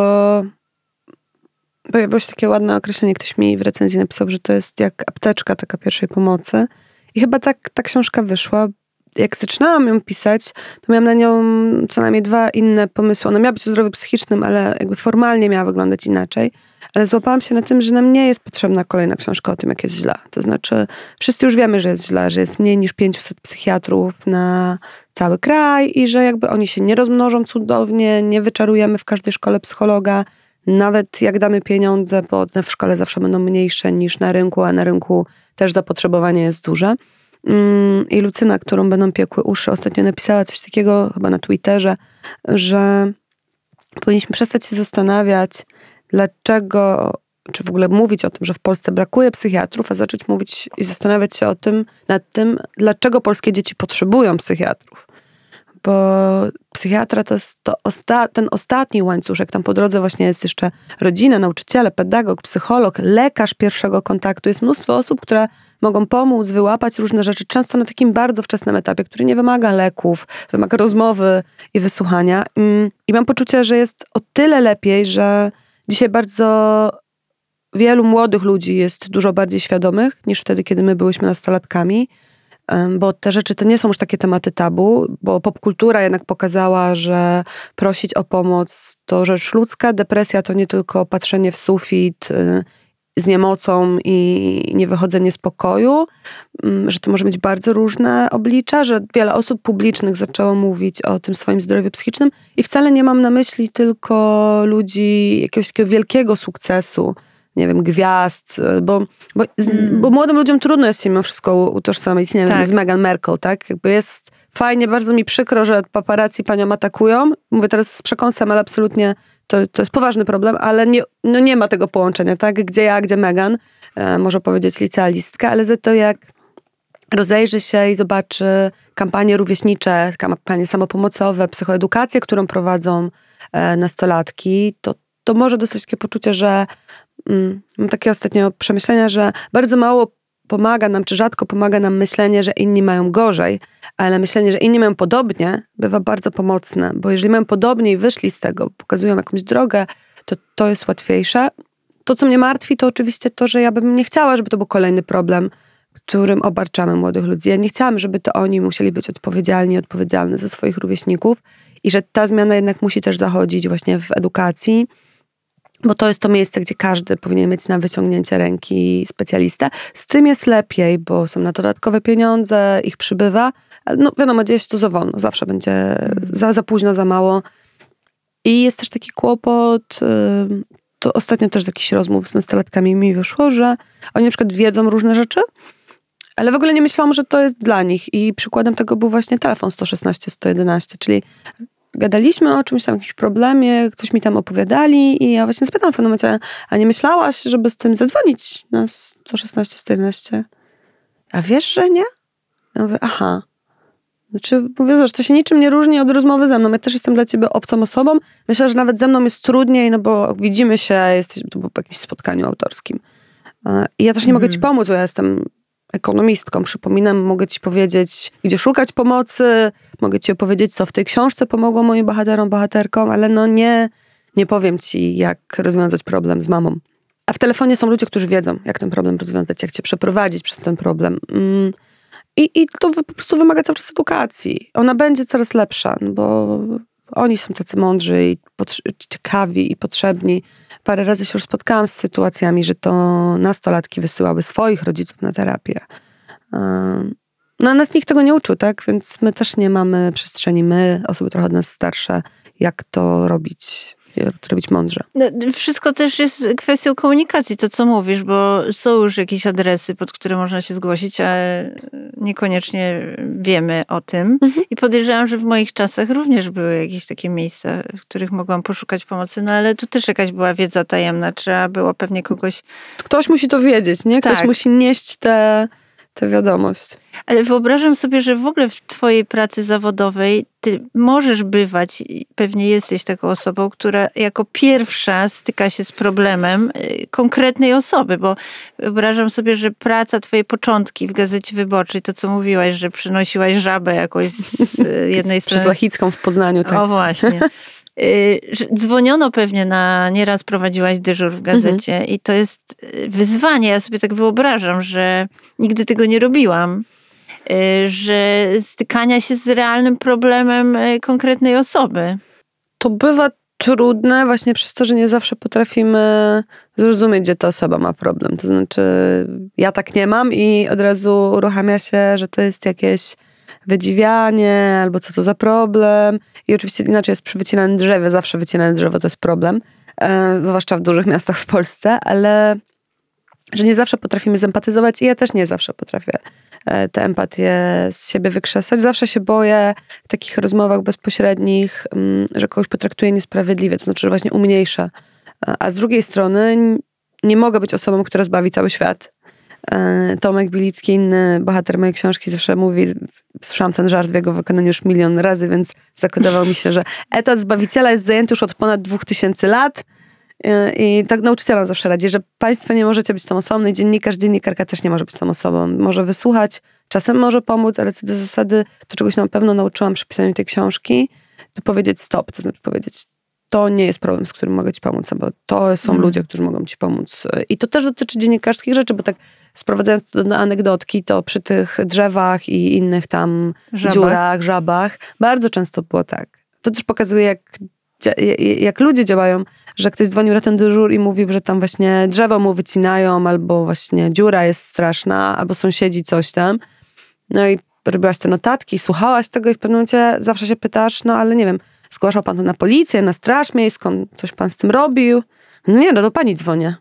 pojawiło się takie ładne określenie, ktoś mi w recenzji napisał, że to jest jak apteczka taka pierwszej pomocy. I chyba tak ta książka wyszła. Jak zaczynałam ją pisać, to miałam na nią co najmniej 2 inne pomysły. Ona miała być o zdrowiu psychicznym, ale jakby formalnie miała wyglądać inaczej. Ale złapałam się na tym, że nam nie jest potrzebna kolejna książka o tym, jak jest źle. To znaczy, wszyscy już wiemy, że jest źle, że jest mniej niż 500 psychiatrów na cały kraj i że jakby oni się nie rozmnożą cudownie, nie wyczarujemy w każdej szkole psychologa. Nawet jak damy pieniądze, bo one w szkole zawsze będą mniejsze niż na rynku, a na rynku też zapotrzebowanie jest duże. I Lucyna, którą będą piekły uszy, ostatnio napisała coś takiego chyba na Twitterze, że powinniśmy przestać się zastanawiać, dlaczego, czy w ogóle mówić o tym, że w Polsce brakuje psychiatrów, a zacząć mówić i zastanawiać się nad tym, dlaczego polskie dzieci potrzebują psychiatrów. Bo psychiatra to jest ten ostatni łańcuszek. Tam po drodze właśnie jest jeszcze rodzina, nauczyciele, pedagog, psycholog, lekarz pierwszego kontaktu. Jest mnóstwo osób, które mogą pomóc, wyłapać różne rzeczy, często na takim bardzo wczesnym etapie, który nie wymaga leków, wymaga rozmowy i wysłuchania. I mam poczucie, że jest o tyle lepiej, że dzisiaj bardzo wielu młodych ludzi jest dużo bardziej świadomych niż wtedy, kiedy my byłyśmy nastolatkami, bo te rzeczy to nie są już takie tematy tabu, bo popkultura jednak pokazała, że prosić o pomoc to rzecz ludzka, depresja to nie tylko patrzenie w sufit z niemocą i niewychodzenie z pokoju, że to może mieć bardzo różne oblicza, że wiele osób publicznych zaczęło mówić o tym swoim zdrowiu psychicznym i wcale nie mam na myśli tylko ludzi jakiegoś takiego wielkiego sukcesu, nie wiem, gwiazd, bo młodym ludziom trudno jest się mimo wszystko utożsamić, nie wiem, z Meghan Markle, tak? Jakby jest fajnie, bardzo mi przykro, że paparazzi panią atakują. Mówię teraz z przekąsem, ale absolutnie to jest poważny problem, ale nie ma tego połączenia, tak? Gdzie ja, gdzie Meghan, może powiedzieć licealistka, ale za to jak rozejrzy się i zobaczy kampanie rówieśnicze, kampanie samopomocowe, psychoedukację, którą prowadzą nastolatki, to może dostać takie poczucie, że mam takie ostatnio przemyślenia, że bardzo mało pomaga nam, czy rzadko pomaga nam myślenie, że inni mają gorzej, ale myślenie, że inni mają podobnie, bywa bardzo pomocne, bo jeżeli mają podobnie i wyszli z tego, pokazują jakąś drogę, to jest łatwiejsze. To, co mnie martwi, to oczywiście to, że ja bym nie chciała, żeby to był kolejny problem, którym obarczamy młodych ludzi. Ja nie chciałam, żeby to oni musieli być odpowiedzialni za swoich rówieśników i że ta zmiana jednak musi też zachodzić właśnie w edukacji, bo to jest to miejsce, gdzie każdy powinien mieć na wyciągnięcie ręki specjalistę. Z tym jest lepiej, bo są na to dodatkowe pieniądze, ich przybywa. No wiadomo, dzieje się to za wolno. Zawsze będzie za późno, za mało. I jest też taki kłopot, to ostatnio też z jakichś rozmów z nastolatkami mi wyszło, że oni na przykład wiedzą różne rzeczy, ale w ogóle nie myślą, że to jest dla nich. I przykładem tego był właśnie telefon 116, 111, czyli gadaliśmy o czymś tam, jakimś problemie, coś mi tam opowiadali i ja właśnie spytam w pewnym momencie, a nie myślałaś, żeby z tym zadzwonić na 116, 111? A wiesz, że nie? Ja mówię, aha. Znaczy, mówię, że to się niczym nie różni od rozmowy ze mną. Ja też jestem dla ciebie obcą osobą. Myślę, że nawet ze mną jest trudniej, no bo widzimy się, to było po jakimś spotkaniu autorskim. I ja też nie mogę ci pomóc, bo ja jestem ekonomistką. Przypominam, mogę ci powiedzieć, gdzie szukać pomocy, mogę ci opowiedzieć, co w tej książce pomogło moim bohaterom, bohaterkom, ale no nie powiem ci, jak rozwiązać problem z mamą. A w telefonie są ludzie, którzy wiedzą, jak ten problem rozwiązać, jak cię przeprowadzić przez ten problem. I to po prostu wymaga cały czas edukacji. Ona będzie coraz lepsza, bo oni są tacy mądrzy i ciekawi i potrzebni. Parę razy się już spotkałam z sytuacjami, że to nastolatki wysyłały swoich rodziców na terapię. No a nas nikt tego nie uczył, tak? Więc my też nie mamy przestrzeni, my, osoby trochę od nas starsze, jak to robić mądrze. No, wszystko też jest kwestią komunikacji, to co mówisz, bo są już jakieś adresy, pod które można się zgłosić, a niekoniecznie wiemy o tym. I podejrzewam, że w moich czasach również były jakieś takie miejsca, w których mogłam poszukać pomocy, no ale tu też jakaś była wiedza tajemna, trzeba było pewnie kogoś... Ktoś musi to wiedzieć, nie? Ktoś musi nieść tę wiadomość. Ale wyobrażam sobie, że w ogóle w twojej pracy zawodowej ty możesz bywać, pewnie jesteś taką osobą, która jako pierwsza styka się z problemem konkretnej osoby, bo wyobrażam sobie, że praca, twoje początki w Gazecie Wyborczej, to co mówiłaś, że przynosiłaś żabę jakoś z jednej strony. Przez Lachicką w Poznaniu, tak. O właśnie. Dzwoniono pewnie nieraz prowadziłaś dyżur w gazecie i to jest wyzwanie. Ja sobie tak wyobrażam, że nigdy tego nie robiłam, że stykania się z realnym problemem konkretnej osoby. To bywa trudne właśnie przez to, że nie zawsze potrafimy zrozumieć, gdzie ta osoba ma problem. To znaczy, ja tak nie mam i od razu uruchamia się, że to jest jakieś wydziwianie, albo co to za problem. I oczywiście inaczej jest przy wycinanym drzewie. Zawsze wycinane drzewo to jest problem. Zwłaszcza w dużych miastach w Polsce, ale że nie zawsze potrafimy zempatyzować i ja też nie zawsze potrafię tę empatię z siebie wykrzesać. Zawsze się boję w takich rozmowach bezpośrednich, że kogoś potraktuję niesprawiedliwie, to znaczy, że właśnie umniejsza. A z drugiej strony nie mogę być osobą, która zbawi cały świat. Tomek Bilicki, inny bohater mojej książki, zawsze mówi, słyszałam ten żart w jego wykonaniu już 1 000 000 razy, więc zakodował mi się, że etat zbawiciela jest zajęty już od ponad 2000 lat. I tak nauczycielom zawsze radzi, że państwo nie możecie być tą osobą, i dziennikarka też nie może być tą osobą. Może wysłuchać, czasem może pomóc, ale co do zasady, to czegoś na pewno nauczyłam przy pisaniu tej książki, to powiedzieć stop, to znaczy powiedzieć, to nie jest problem, z którym mogę ci pomóc, bo to są ludzie, którzy mogą ci pomóc. I to też dotyczy dziennikarskich rzeczy, bo tak sprowadzając to do anegdotki, to przy tych drzewach i innych tam dziurach, żabach, bardzo często było tak. To też pokazuje, jak ludzie działają, że ktoś dzwonił na ten dyżur i mówił, że tam właśnie drzewo mu wycinają, albo właśnie dziura jest straszna, albo sąsiedzi coś tam. No i robiłaś te notatki, słuchałaś tego i w pewnym momencie zawsze się pytasz, no ale nie wiem, zgłaszał pan to na policję, na straż miejską, coś pan z tym robił? No nie, no do pani dzwonię.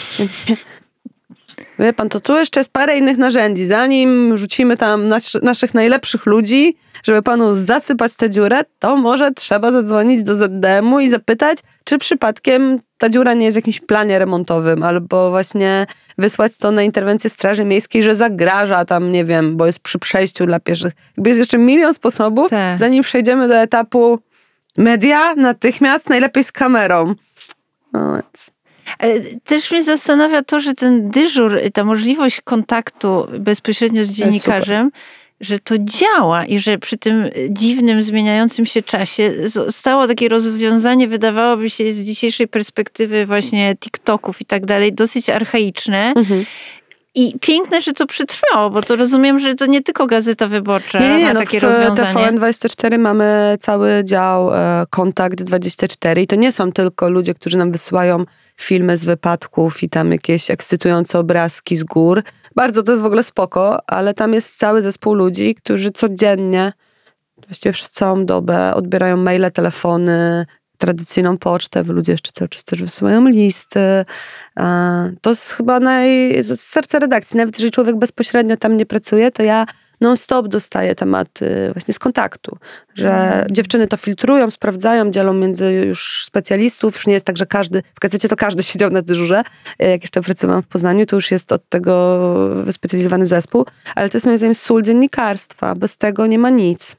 Wie pan, to tu jeszcze jest parę innych narzędzi. Zanim rzucimy tam naszych najlepszych ludzi, żeby panu zasypać tę dziurę, to może trzeba zadzwonić do ZDM-u i zapytać, czy przypadkiem ta dziura nie jest w jakimś planie remontowym, albo właśnie wysłać to na interwencję Straży Miejskiej, że zagraża tam, nie wiem, bo jest przy przejściu dla pieszych. Jakby jest jeszcze milion sposobów, zanim przejdziemy do etapu media, natychmiast, najlepiej z kamerą. No więc... Też mnie zastanawia to, że ten dyżur, ta możliwość kontaktu bezpośrednio z dziennikarzem, że to działa i że przy tym dziwnym, zmieniającym się czasie zostało takie rozwiązanie, wydawałoby się z dzisiejszej perspektywy właśnie TikToków i tak dalej, dosyć archaiczne. I piękne, że to przetrwało, bo to rozumiem, że to nie tylko Gazeta Wyborcza ma takie rozwiązanie. W TVN24 mamy cały dział Kontakt 24 i to nie są tylko ludzie, którzy nam wysyłają filmy z wypadków i tam jakieś ekscytujące obrazki z gór. Bardzo to jest w ogóle spoko, ale tam jest cały zespół ludzi, którzy codziennie, właściwie przez całą dobę odbierają maile, telefony, tradycyjną pocztę, ludzie jeszcze cały czas też wysyłają listy. To jest chyba serce redakcji. Nawet jeżeli człowiek bezpośrednio tam nie pracuje, to ja non-stop dostaję tematy właśnie z kontaktu, że dziewczyny to filtrują, sprawdzają, dzielą między już specjalistów. Już nie jest tak, że w gazecie to każdy siedział na dyżurze. Jak jeszcze pracowałam w Poznaniu, to już jest od tego wyspecjalizowany zespół, ale to jest moim zdaniem sól dziennikarstwa. Bez tego nie ma nic.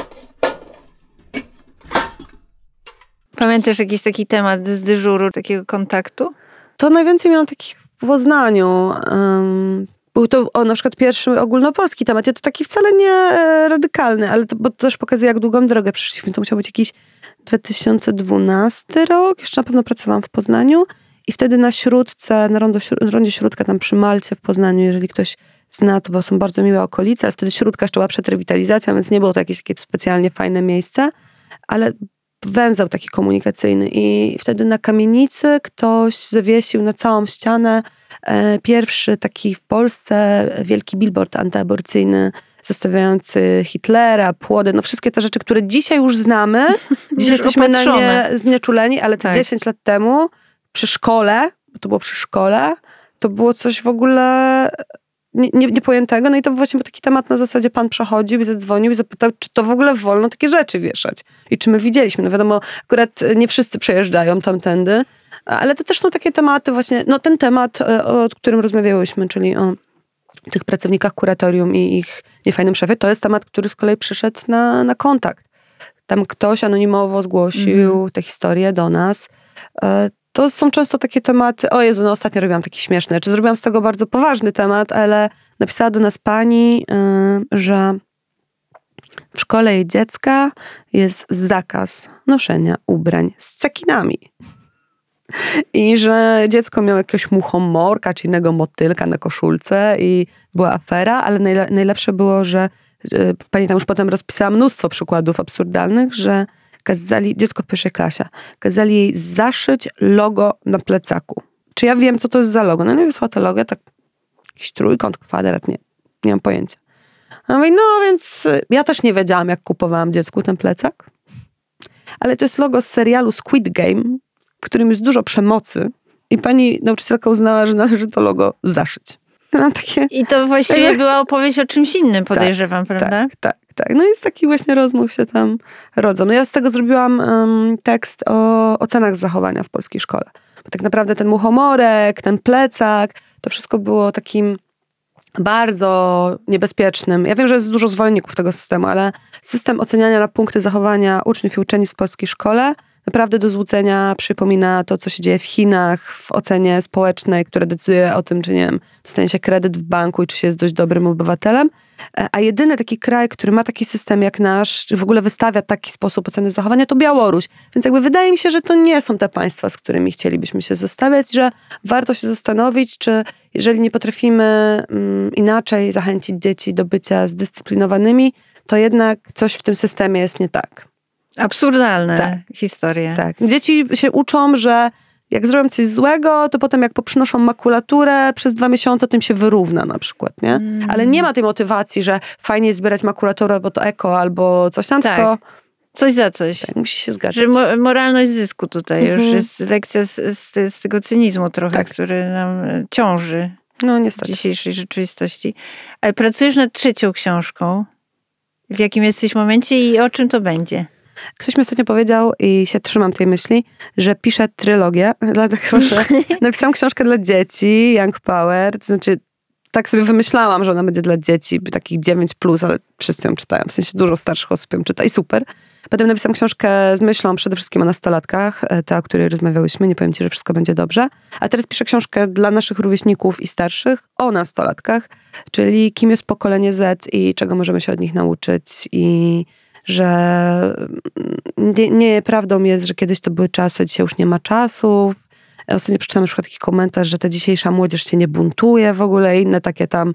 Pamiętasz jakiś taki temat z dyżuru, takiego kontaktu? To najwięcej miałam takich w Poznaniu. Był to na przykład pierwszy ogólnopolski temat. To taki wcale nie radykalny, ale bo to też pokazuje, jak długą drogę przeszliśmy. To musiał być jakiś 2012 rok. Jeszcze na pewno pracowałam w Poznaniu i wtedy na Śródce, na rondzie Śródka, tam przy Malcie w Poznaniu, jeżeli ktoś zna, to bo są bardzo miłe okolice, ale wtedy Śródka jeszcze była przed rewitalizacją, więc nie było to jakieś takie specjalnie fajne miejsce, ale węzeł taki komunikacyjny i wtedy na kamienicy ktoś zawiesił na całą ścianę pierwszy taki w Polsce wielki billboard antyaborcyjny zostawiający Hitlera, płody, no wszystkie te rzeczy, które dzisiaj już znamy. Dzisiaj jesteśmy na nie znieczuleni, ale te 10 lat temu przy szkole, bo to było przy szkole, to było coś w ogóle niepojętego. No i to właśnie był taki temat na zasadzie pan przechodził i zadzwonił i zapytał, czy to w ogóle wolno takie rzeczy wieszać. I czy my widzieliśmy. No wiadomo, akurat nie wszyscy przejeżdżają tamtędy, ale to też są takie tematy właśnie, no ten temat, o którym rozmawiałyśmy, czyli o tych pracownikach kuratorium i ich niefajnym szefie, to jest temat, który z kolei przyszedł na kontakt. Tam ktoś anonimowo zgłosił tę historię do nas. To są często takie tematy, o Jezu, no ostatnio robiłam taki śmieszny, czy zrobiłam z tego bardzo poważny temat, ale napisała do nas pani, że w szkole jej dziecka jest zakaz noszenia ubrań z cekinami. I że dziecko miało jakiegoś muchomorka, czy innego motylka na koszulce i była afera, ale najlepsze było, że pani tam już potem rozpisała mnóstwo przykładów absurdalnych, że kazali, dziecko w pierwszej klasie, kazali jej zaszyć logo na plecaku. Czy ja wiem, co to jest za logo? No nie wysłała to logo, tak jakiś trójkąt, kwadrat, nie mam pojęcia. A mówię, no więc ja też nie wiedziałam, jak kupowałam dziecku ten plecak, ale to jest logo z serialu Squid Game, w którym jest dużo przemocy i pani nauczycielka uznała, że należy to logo zaszyć. I to właściwie była opowieść o czymś innym, podejrzewam, prawda? Tak. No i z takich właśnie rozmów się tam rodzą. No ja z tego zrobiłam tekst o ocenach zachowania w polskiej szkole. Bo tak naprawdę ten muchomorek, ten plecak, to wszystko było takim bardzo niebezpiecznym. Ja wiem, że jest dużo zwolenników tego systemu, ale system oceniania na punkty zachowania uczniów i uczennic w polskiej szkole naprawdę do złudzenia przypomina to, co się dzieje w Chinach, w ocenie społecznej, która decyduje o tym, czy nie wiem, dostanie się kredyt w banku i czy się jest dość dobrym obywatelem. A jedyny taki kraj, który ma taki system jak nasz, czy w ogóle wystawia taki sposób oceny zachowania, to Białoruś. Więc jakby wydaje mi się, że to nie są te państwa, z którymi chcielibyśmy się zestawiać, że warto się zastanowić, czy jeżeli nie potrafimy inaczej zachęcić dzieci do bycia zdyscyplinowanymi, to jednak coś w tym systemie jest nie tak. Absurdalne historie. Tak. Dzieci się uczą, że jak zrobią coś złego, to potem jak poprzynoszą makulaturę przez 2 miesiące, tym się wyrówna na przykład, nie? Ale nie ma tej motywacji, że fajnie jest zbierać makulaturę, bo to eko, albo coś tam, tylko coś za coś. Tak, musi się zgadzać. Że moralność zysku tutaj już jest lekcja z tego cynizmu trochę, który nam ciąży w dzisiejszej rzeczywistości. Ale pracujesz nad 3. książką. W jakim jesteś momencie i o czym to będzie? Ktoś mi ostatnio powiedział i się trzymam tej myśli, że piszę trylogię, dlatego że napisałam książkę dla dzieci, Young Power, to znaczy tak sobie wymyślałam, że ona będzie dla dzieci, takich 9+, ale wszyscy ją czytają, w sensie dużo starszych osób ją czyta i super. Potem napisałam książkę z myślą przede wszystkim o nastolatkach, ta, o której rozmawiałyśmy, nie powiem ci, że wszystko będzie dobrze. A teraz piszę książkę dla naszych rówieśników i starszych o nastolatkach, czyli kim jest pokolenie Z i czego możemy się od nich nauczyć i że nie prawdą jest, że kiedyś to były czasy, dzisiaj już nie ma czasów. Ostatnio przeczytałam na przykład taki komentarz, że ta dzisiejsza młodzież się nie buntuje w ogóle, inne takie tam,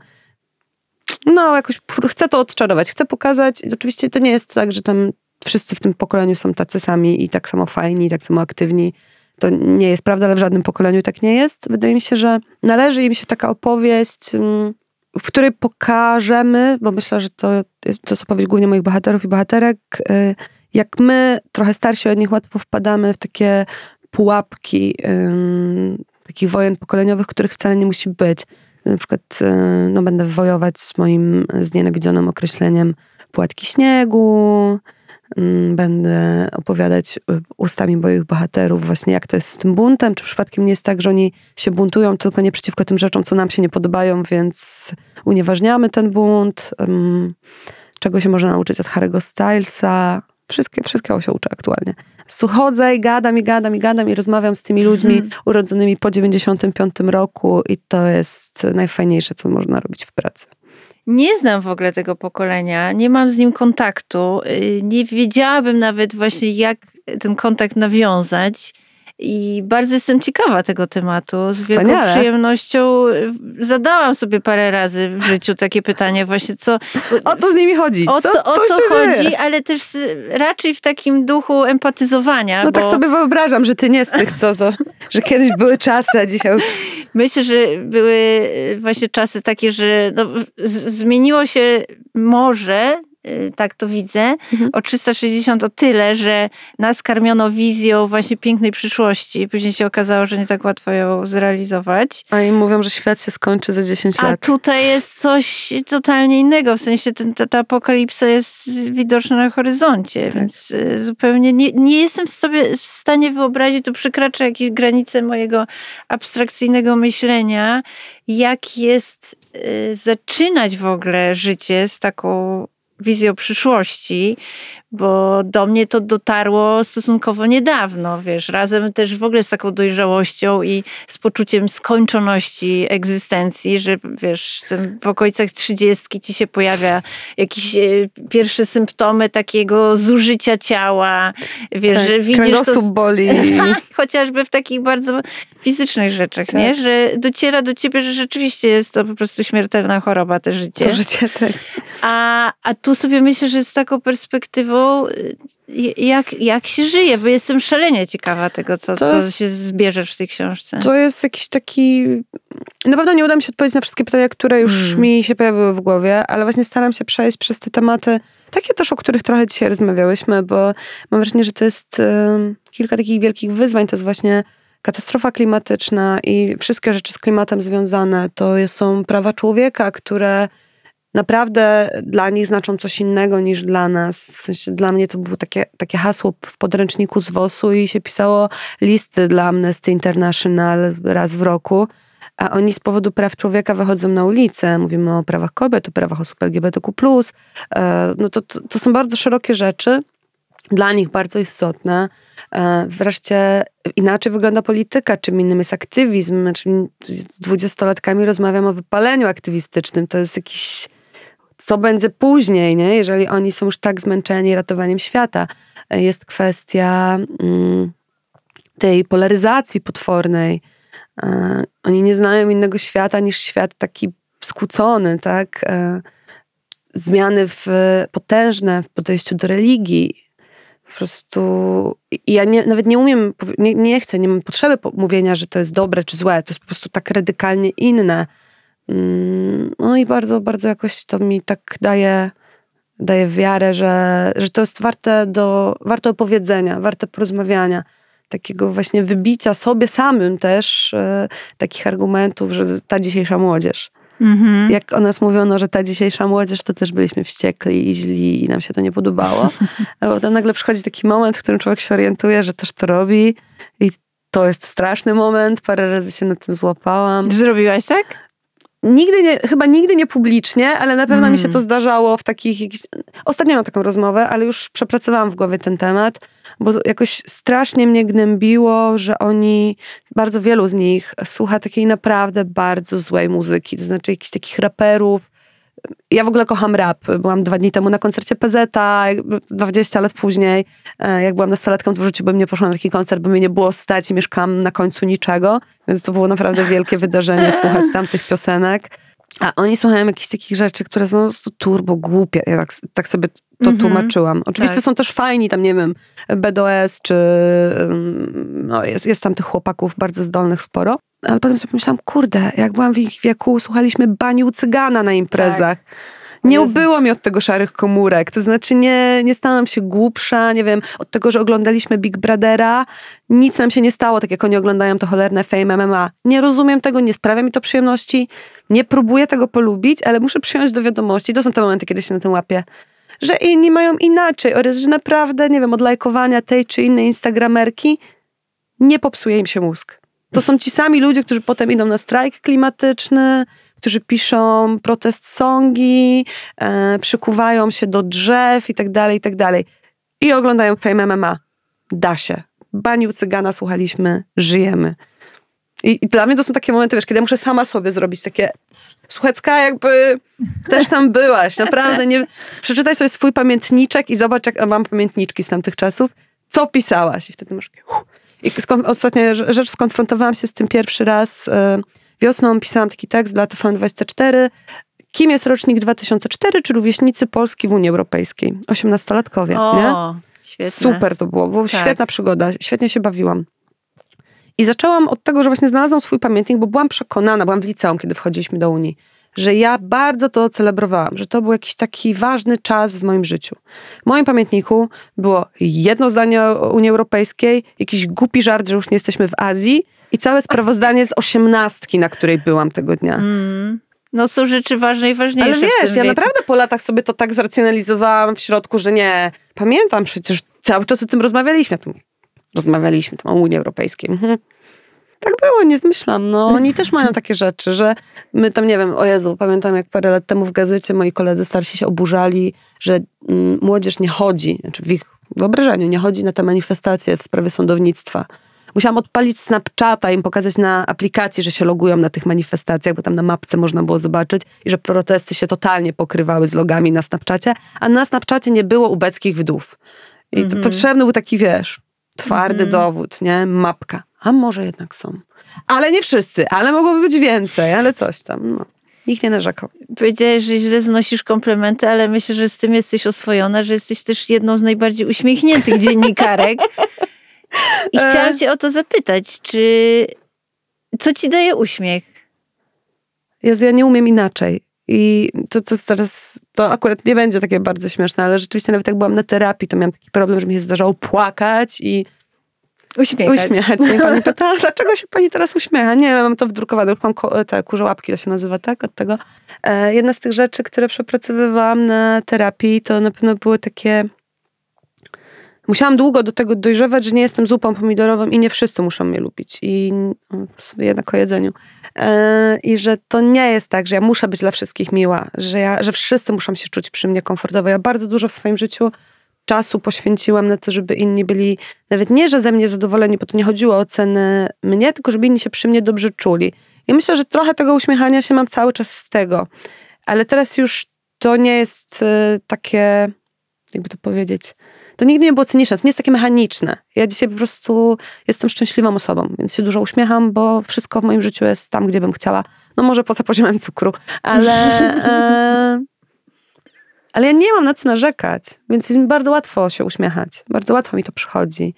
jakoś chcę to odczarować, chcę pokazać. Oczywiście to nie jest tak, że tam wszyscy w tym pokoleniu są tacy sami i tak samo fajni, i tak samo aktywni. To nie jest prawda, ale w żadnym pokoleniu tak nie jest. Wydaje mi się, że należy im się taka opowieść, w której pokażemy, bo myślę, że to jest opowieść głównie moich bohaterów i bohaterek, jak my, trochę starsi od nich, łatwo wpadamy w takie pułapki takich wojen pokoleniowych, których wcale nie musi być. Na przykład będę wojować z moim znienawidzonym określeniem płatki śniegu, będę opowiadać ustami moich bohaterów właśnie jak to jest z tym buntem, czy przypadkiem nie jest tak, że oni się buntują tylko nie przeciwko tym rzeczom, co nam się nie podobają, więc unieważniamy ten bunt, czego się można nauczyć od Harry'ego Stylesa. Wszystkiego się uczę aktualnie. Chodzę i gadam i rozmawiam z tymi ludźmi urodzonymi po 95 roku i to jest najfajniejsze, co można robić w pracy. Nie znam w ogóle tego pokolenia, nie mam z nim kontaktu, nie wiedziałabym nawet właśnie jak ten kontakt nawiązać i bardzo jestem ciekawa tego tematu. Z wielką przyjemnością zadałam sobie parę razy w życiu takie pytanie właśnie, o co z nimi chodzi? O co chodzi, ale też raczej w takim duchu empatyzowania. No tak sobie wyobrażam, że ty nie z tych, że kiedyś były czasy, a dzisiaj... Myślę, że były właśnie czasy takie, że zmieniło się może, tak to widzę, o 360 o tyle, że nas karmiono wizją właśnie pięknej przyszłości. Później się okazało, że nie tak łatwo ją zrealizować. A im mówią, że świat się skończy za 10 lat. A tutaj jest coś totalnie innego. W sensie ta apokalipsa jest widoczna na horyzoncie, tak. Więc zupełnie nie jestem sobie w stanie wyobrazić, to przekracza jakieś granice mojego abstrakcyjnego myślenia, jak jest zaczynać w ogóle życie z taką wizją przyszłości, bo do mnie to dotarło stosunkowo niedawno, razem też w ogóle z taką dojrzałością i z poczuciem skończoności egzystencji, że w okolicach 30 ci się pojawia jakieś pierwsze symptomy takiego zużycia ciała, że widzisz to... boli. Chociażby w takich bardzo fizycznych rzeczach, tak. Nie? Że dociera do ciebie, że rzeczywiście jest to po prostu śmiertelna choroba, to życie. To życie, tak. A tu sobie myślę, że z taką perspektywą jak się żyje, bo jestem szalenie ciekawa tego, co się zbierzesz w tej książce. To jest jakiś taki... Na pewno nie uda mi się odpowiedzieć na wszystkie pytania, które już mi się pojawiły w głowie, ale właśnie staram się przejść przez te tematy, takie też, o których trochę dzisiaj rozmawiałyśmy, bo mam wrażenie, że to jest kilka takich wielkich wyzwań. To jest właśnie katastrofa klimatyczna i wszystkie rzeczy z klimatem związane. To są prawa człowieka, które naprawdę dla nich znaczą coś innego niż dla nas. W sensie dla mnie to było takie hasło w podręczniku z WOS-u i się pisało listy dla Amnesty International raz w roku, a oni z powodu praw człowieka wychodzą na ulicę. Mówimy o prawach kobiet, o prawach osób LGBTQ+. To są bardzo szerokie rzeczy. dla nich bardzo istotne. Wreszcie inaczej wygląda polityka, czym innym jest aktywizm. Znaczy, z 20-latkami rozmawiam o wypaleniu aktywistycznym. To jest jakiś... Co będzie później, nie? Jeżeli oni są już tak zmęczeni ratowaniem świata. Jest kwestia tej polaryzacji potwornej. Oni nie znają innego świata niż świat taki skłócony, tak? Zmiany potężne w podejściu do religii. Po prostu ja nawet nie umiem, nie chcę, nie mam potrzeby mówienia, że to jest dobre czy złe. To jest po prostu tak radykalnie inne. No i bardzo, bardzo jakoś to mi tak daje wiarę, że to jest warte opowiedzenia, warte porozmawiania. Takiego właśnie wybicia sobie samym też takich argumentów, że ta dzisiejsza młodzież. Jak o nas mówiono, że ta dzisiejsza młodzież, to też byliśmy wściekli i źli i nam się to nie podobało. Ale potem nagle przychodzi taki moment, w którym człowiek się orientuje, że też to robi i to jest straszny moment. Parę razy się na tym złapałam. Zrobiłaś tak? Chyba nigdy nie publicznie, ale na pewno mi się to zdarzało w takich... Ostatnio miałam taką rozmowę, ale już przepracowałam w głowie ten temat, bo jakoś strasznie mnie gnębiło, że bardzo wielu z nich słucha takiej naprawdę bardzo złej muzyki, to znaczy jakichś takich raperów. Ja w ogóle kocham rap. Byłam 2 dni temu na koncercie PZ-a, 20 lat później. Jak byłam nastolatką, to w życiu bym nie poszła na taki koncert, bo mnie nie było stać i mieszkałam na końcu niczego. Więc to było naprawdę wielkie wydarzenie słuchać tamtych piosenek. A oni słuchają jakichś takich rzeczy, które są turbo głupie. Ja tak sobie to tłumaczyłam. Oczywiście są też fajni, tam nie wiem, BDOS, czy no jest tam tych chłopaków bardzo zdolnych sporo. Ale potem sobie pomyślałam, kurde, jak byłam w ich wieku, słuchaliśmy Bani u Cygana na imprezach. Tak. Nie ubyło mi od tego szarych komórek. To znaczy nie stałam się głupsza, nie wiem, od tego, że oglądaliśmy Big Brothera. Nic nam się nie stało, tak jak oni oglądają to cholerne Fame MMA. Nie rozumiem tego, nie sprawia mi to przyjemności. Nie próbuję tego polubić, ale muszę przyjąć do wiadomości. To są te momenty, kiedy się na tym łapię. Że inni mają inaczej oraz, że naprawdę, nie wiem, od lajkowania tej czy innej instagramerki nie popsuje im się mózg. To są ci sami ludzie, którzy potem idą na strajk klimatyczny, którzy piszą protest songi, przykuwają się do drzew i tak dalej, i tak dalej. I oglądają Fame MMA. Da się. Bani u Cygana słuchaliśmy, żyjemy. I dla mnie to są takie momenty, wiesz, kiedy ja muszę sama sobie zrobić takie Słuchecka, jakby też tam byłaś. Naprawdę, przeczytaj sobie swój pamiętniczek i zobacz, jak mam pamiętniczki z tamtych czasów, co pisałaś. I wtedy masz I ostatnia rzecz, skonfrontowałam się z tym pierwszy raz. Wiosną pisałam taki tekst dla TVN24. Kim jest rocznik 2004, czy rówieśnicy Polski w Unii Europejskiej? 18-latkowie, nie? Świetne. Super to było. Świetna przygoda. Świetnie się bawiłam. I zaczęłam od tego, że właśnie znalazłam swój pamiętnik, bo byłam przekonana, byłam w liceum, kiedy wchodziliśmy do Unii, że ja bardzo to celebrowałam, że to był jakiś taki ważny czas w moim życiu. W moim pamiętniku było jedno zdanie o Unii Europejskiej, jakiś głupi żart, że już nie jesteśmy w Azji i całe sprawozdanie z 18, na której byłam tego dnia. No są rzeczy ważne i ważniejsze. Ale wiesz, ja naprawdę po latach sobie to tak zracjonalizowałam w środku, że nie, pamiętam przecież, cały czas o tym rozmawialiśmy. Rozmawialiśmy tam o Unii Europejskiej. Tak było, nie zmyślam. No, oni też mają takie rzeczy, że my tam, nie wiem, o Jezu, pamiętam jak parę lat temu w gazecie moi koledzy starsi się oburzali, że młodzież nie chodzi, znaczy w ich wyobrażeniu nie chodzi na te manifestacje w sprawie sądownictwa. Musiałam odpalić Snapchata, im pokazać na aplikacji, że się logują na tych manifestacjach, bo tam na mapce można było zobaczyć i że protesty się totalnie pokrywały z logami na Snapchacie, a na Snapchacie nie było ubeckich wdów. I to potrzebny był taki, wiesz, twardy dowód, nie? Mapka. A może jednak są. Ale nie wszyscy, ale mogłoby być więcej, ale coś tam. No. Nikt nie narzekał. Powiedziałeś, że źle znosisz komplementy, ale myślę, że z tym jesteś oswojona, że jesteś też jedną z najbardziej uśmiechniętych dziennikarek. I chciałam cię o to zapytać, co ci daje uśmiech? Jezu, ja nie umiem inaczej. I to jest teraz, to akurat nie będzie takie bardzo śmieszne, ale rzeczywiście nawet jak byłam na terapii, to miałam taki problem, że mi się zdarzało płakać i uśmiechać się. I pani pyta, dlaczego się pani teraz uśmiecha? Nie, mam to wdrukowane, już mam te kurze łapki, to się nazywa, tak? Od tego. Jedna z tych rzeczy, które przepracowywałam na terapii, to na pewno były takie... Musiałam długo do tego dojrzewać, że nie jestem zupą pomidorową i nie wszyscy muszą mnie lubić. I sobie jednak o jedzeniu. I że to nie jest tak, że ja muszę być dla wszystkich miła, że wszyscy muszą się czuć przy mnie komfortowo. Ja bardzo dużo w swoim życiu czasu poświęciłam na to, żeby inni byli nawet nie, że ze mnie zadowoleni, bo to nie chodziło o ocenę mnie, tylko żeby inni się przy mnie dobrze czuli. I myślę, że trochę tego uśmiechania się mam cały czas z tego. Ale teraz już to nie jest takie, jakby to powiedzieć, to nigdy nie było cyniczne, to nie jest takie mechaniczne. Ja dzisiaj po prostu jestem szczęśliwą osobą, więc się dużo uśmiecham, bo wszystko w moim życiu jest tam, gdzie bym chciała. No może poza poziomem cukru, ale ja nie mam na co narzekać, więc jest mi bardzo łatwo się uśmiechać. Bardzo łatwo mi to przychodzi.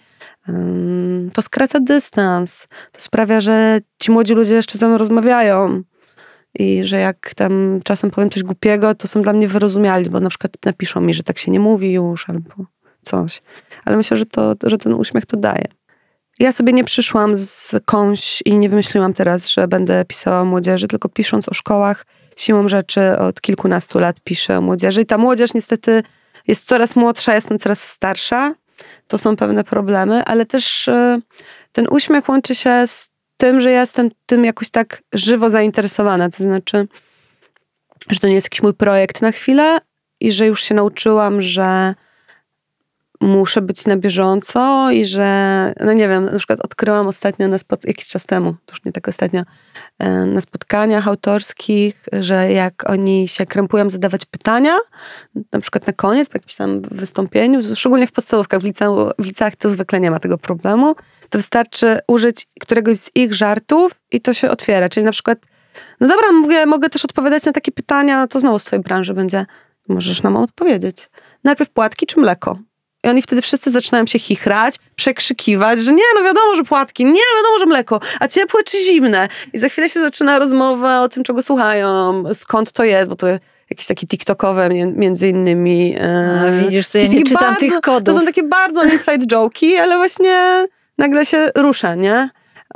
To skraca dystans. To sprawia, że ci młodzi ludzie jeszcze ze mną rozmawiają. I że jak tam czasem powiem coś głupiego, to są dla mnie wyrozumiali, bo na przykład napiszą mi, że tak się nie mówi już, albo coś. Ale myślę, że ten uśmiech to daje. Ja sobie nie przyszłam skądś i nie wymyśliłam teraz, że będę pisała o młodzieży, tylko pisząc o szkołach, siłą rzeczy od kilkunastu lat piszę o młodzieży. I ta młodzież niestety jest coraz młodsza, jestem coraz starsza. To są pewne problemy, ale też ten uśmiech łączy się z tym, że ja jestem tym jakoś tak żywo zainteresowana. To znaczy, że to nie jest jakiś mój projekt na chwilę i że już się nauczyłam, że muszę być na bieżąco i że, no nie wiem, na przykład odkryłam ostatnio jakiś czas temu, to już nie tak ostatnio, na spotkaniach autorskich, że jak oni się krępują zadawać pytania, na przykład na koniec, po jakimś tam wystąpieniu, szczególnie w podstawówkach, w liceach to zwykle nie ma tego problemu, to wystarczy użyć któregoś z ich żartów i to się otwiera. Czyli na przykład, no dobra, mówię, mogę też odpowiadać na takie pytania, to znowu z twojej branży będzie, możesz nam odpowiedzieć. Najpierw płatki czy mleko? I oni wtedy wszyscy zaczynają się chichrać, przekrzykiwać, że nie, no wiadomo, że płatki, nie, wiadomo, że mleko, a ciepłe czy zimne? I za chwilę się zaczyna rozmowa o tym, czego słuchają, skąd to jest, bo to jakieś takie tiktokowe między innymi. Widzisz, to ja nie czytam tych kodów. To są takie bardzo inside joke'i, ale właśnie nagle się rusza, nie?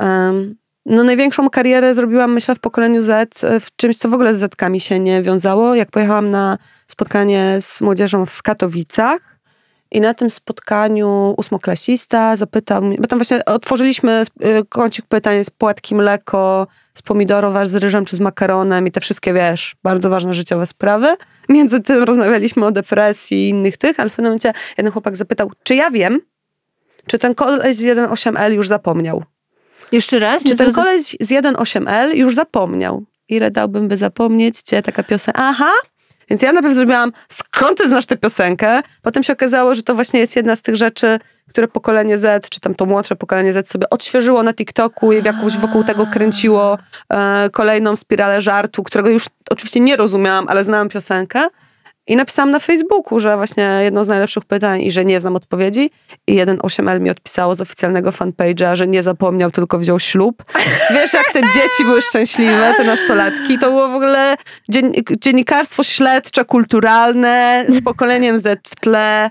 No największą karierę zrobiłam, myślę, w pokoleniu Z, w czymś, co w ogóle z Zetkami się nie wiązało. Jak pojechałam na spotkanie z młodzieżą w Katowicach, i na tym spotkaniu ósmoklasista zapytał mnie, bo tam właśnie otworzyliśmy kącik pytań z płatki, mleko, z pomidorów, z ryżem czy z makaronem i te wszystkie, wiesz, bardzo ważne życiowe sprawy. Między tym rozmawialiśmy o depresji i innych tych, ale w pewnym momencie jeden chłopak zapytał, czy ja wiem, czy ten koleś z 1.8L już zapomniał? Jeszcze raz? Czy ten koleś z 1.8L już zapomniał? Ile dałbym, by zapomnieć cię, taka piosenka? Aha! Więc ja najpierw zrobiłam, skąd ty znasz tę piosenkę? Potem się okazało, że to właśnie jest jedna z tych rzeczy, które pokolenie Z, czy tam to młodsze pokolenie Z sobie odświeżyło na TikToku i jakoś wokół tego kręciło kolejną spiralę żartu, którego już oczywiście nie rozumiałam, ale znałam piosenkę. I napisałam na Facebooku, że właśnie jedno z najlepszych pytań i że nie znam odpowiedzi. I 1.8L mi odpisało z oficjalnego fanpage'a, że nie zapomniał, tylko wziął ślub. Wiesz, jak te dzieci były szczęśliwe, te nastolatki. To było w ogóle dziennikarstwo śledcze, kulturalne, z pokoleniem Z w tle.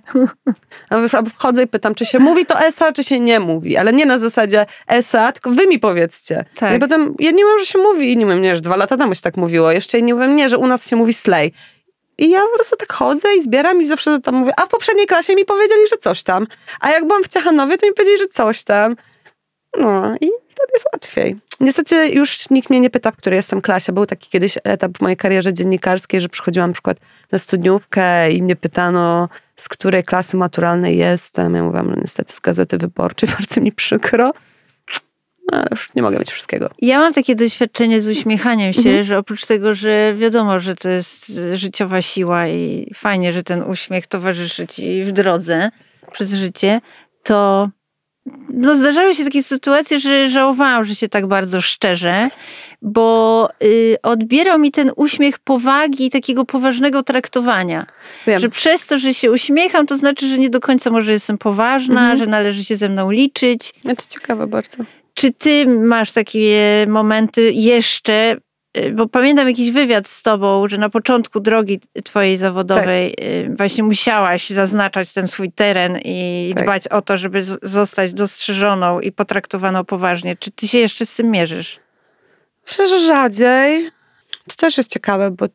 A wchodzę i pytam, czy się mówi to ESA, czy się nie mówi. Ale nie na zasadzie ESA, tylko wy mi powiedzcie. Tak. I potem jedni mówią, że się mówi, inni mówią, nie, że 2 lata temu się tak mówiło. Jeszcze inni mówią, nie, że u nas się mówi slay. I ja po prostu tak chodzę i zbieram i zawsze tam mówię, a w poprzedniej klasie mi powiedzieli, że coś tam. A jak byłam w Ciechanowie, to mi powiedzieli, że coś tam. No i wtedy jest łatwiej. Niestety już nikt mnie nie pyta, w której jestem klasie. Był taki kiedyś etap w mojej karierze dziennikarskiej, że przychodziłam na przykład na studniówkę i mnie pytano, z której klasy maturalnej jestem. Ja mówiłam, no niestety z Gazety Wyborczej, bardzo mi przykro. Ale już nie mogę mieć wszystkiego. Ja mam takie doświadczenie z uśmiechaniem się, że oprócz tego, że wiadomo, że to jest życiowa siła i fajnie, że ten uśmiech towarzyszy ci w drodze przez życie, to no zdarzały się takie sytuacje, że żałowałam, że się tak bardzo szczerze, bo odbierał mi ten uśmiech powagi i takiego poważnego traktowania. Wiem. Że przez to, że się uśmiecham, to znaczy, że nie do końca może jestem poważna, że należy się ze mną liczyć. Ja to ciekawe bardzo. Czy ty masz takie momenty jeszcze, bo pamiętam jakiś wywiad z tobą, że na początku drogi twojej zawodowej właśnie musiałaś zaznaczać ten swój teren i dbać o to, żeby zostać dostrzeżoną i potraktowaną poważnie. Czy ty się jeszcze z tym mierzysz? Myślę, że rzadziej. To też jest ciekawe, bo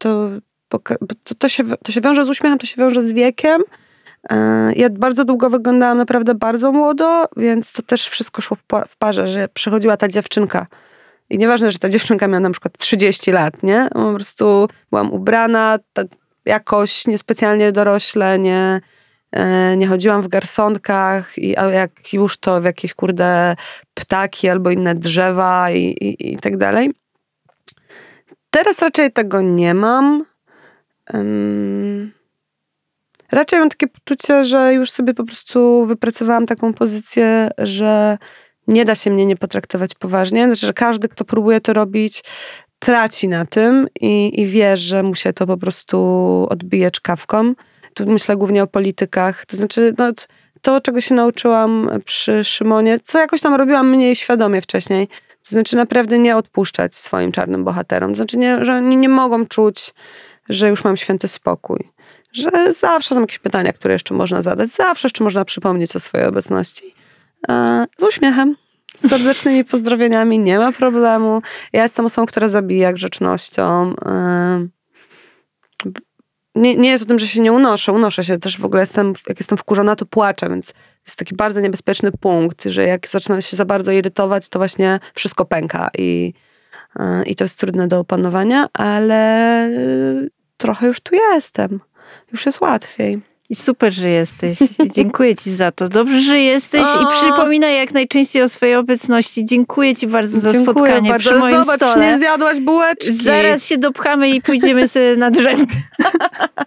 to się wiąże z uśmiechem, to się wiąże z wiekiem. Ja bardzo długo wyglądałam naprawdę bardzo młodo, więc to też wszystko szło w parze, że przychodziła ta dziewczynka. I nieważne, że ta dziewczynka miała na przykład 30 lat, nie? Po prostu byłam ubrana jakoś niespecjalnie dorośle, nie chodziłam w garsonkach, a jak już to w jakieś ptaki albo inne drzewa i tak dalej. Teraz raczej tego nie mam. Raczej mam takie poczucie, że już sobie po prostu wypracowałam taką pozycję, że nie da się mnie nie potraktować poważnie. Znaczy, że każdy, kto próbuje to robić, traci na tym i wie, że mu się to po prostu odbije czkawką. Tu myślę głównie o politykach. To znaczy, to, czego się nauczyłam przy Szymonie, co jakoś tam robiłam mniej świadomie wcześniej, to znaczy naprawdę nie odpuszczać swoim czarnym bohaterom. To znaczy, że oni nie mogą czuć, że już mam święty spokój. Że zawsze są jakieś pytania, które jeszcze można zadać. Zawsze jeszcze można przypomnieć o swojej obecności. Z uśmiechem, z serdecznymi pozdrowieniami, nie ma problemu. Ja jestem osobą, która zabija grzecznością. Nie jest o tym, że się nie unoszę. Unoszę się też w ogóle, jak jestem wkurzona, to płaczę, więc jest taki bardzo niebezpieczny punkt, że jak zaczyna się za bardzo irytować, to właśnie wszystko pęka i to jest trudne do opanowania, ale trochę już tu jestem. Już jest łatwiej. I super, że jesteś. Dziękuję ci za to. Dobrze, że jesteś i przypominaj jak najczęściej o swojej obecności. Dziękuję ci bardzo za spotkanie bardzo. przy moim Zobacz, stole. nie zjadłaś bułeczki. Zaraz się dopchamy i pójdziemy sobie na drzemkę.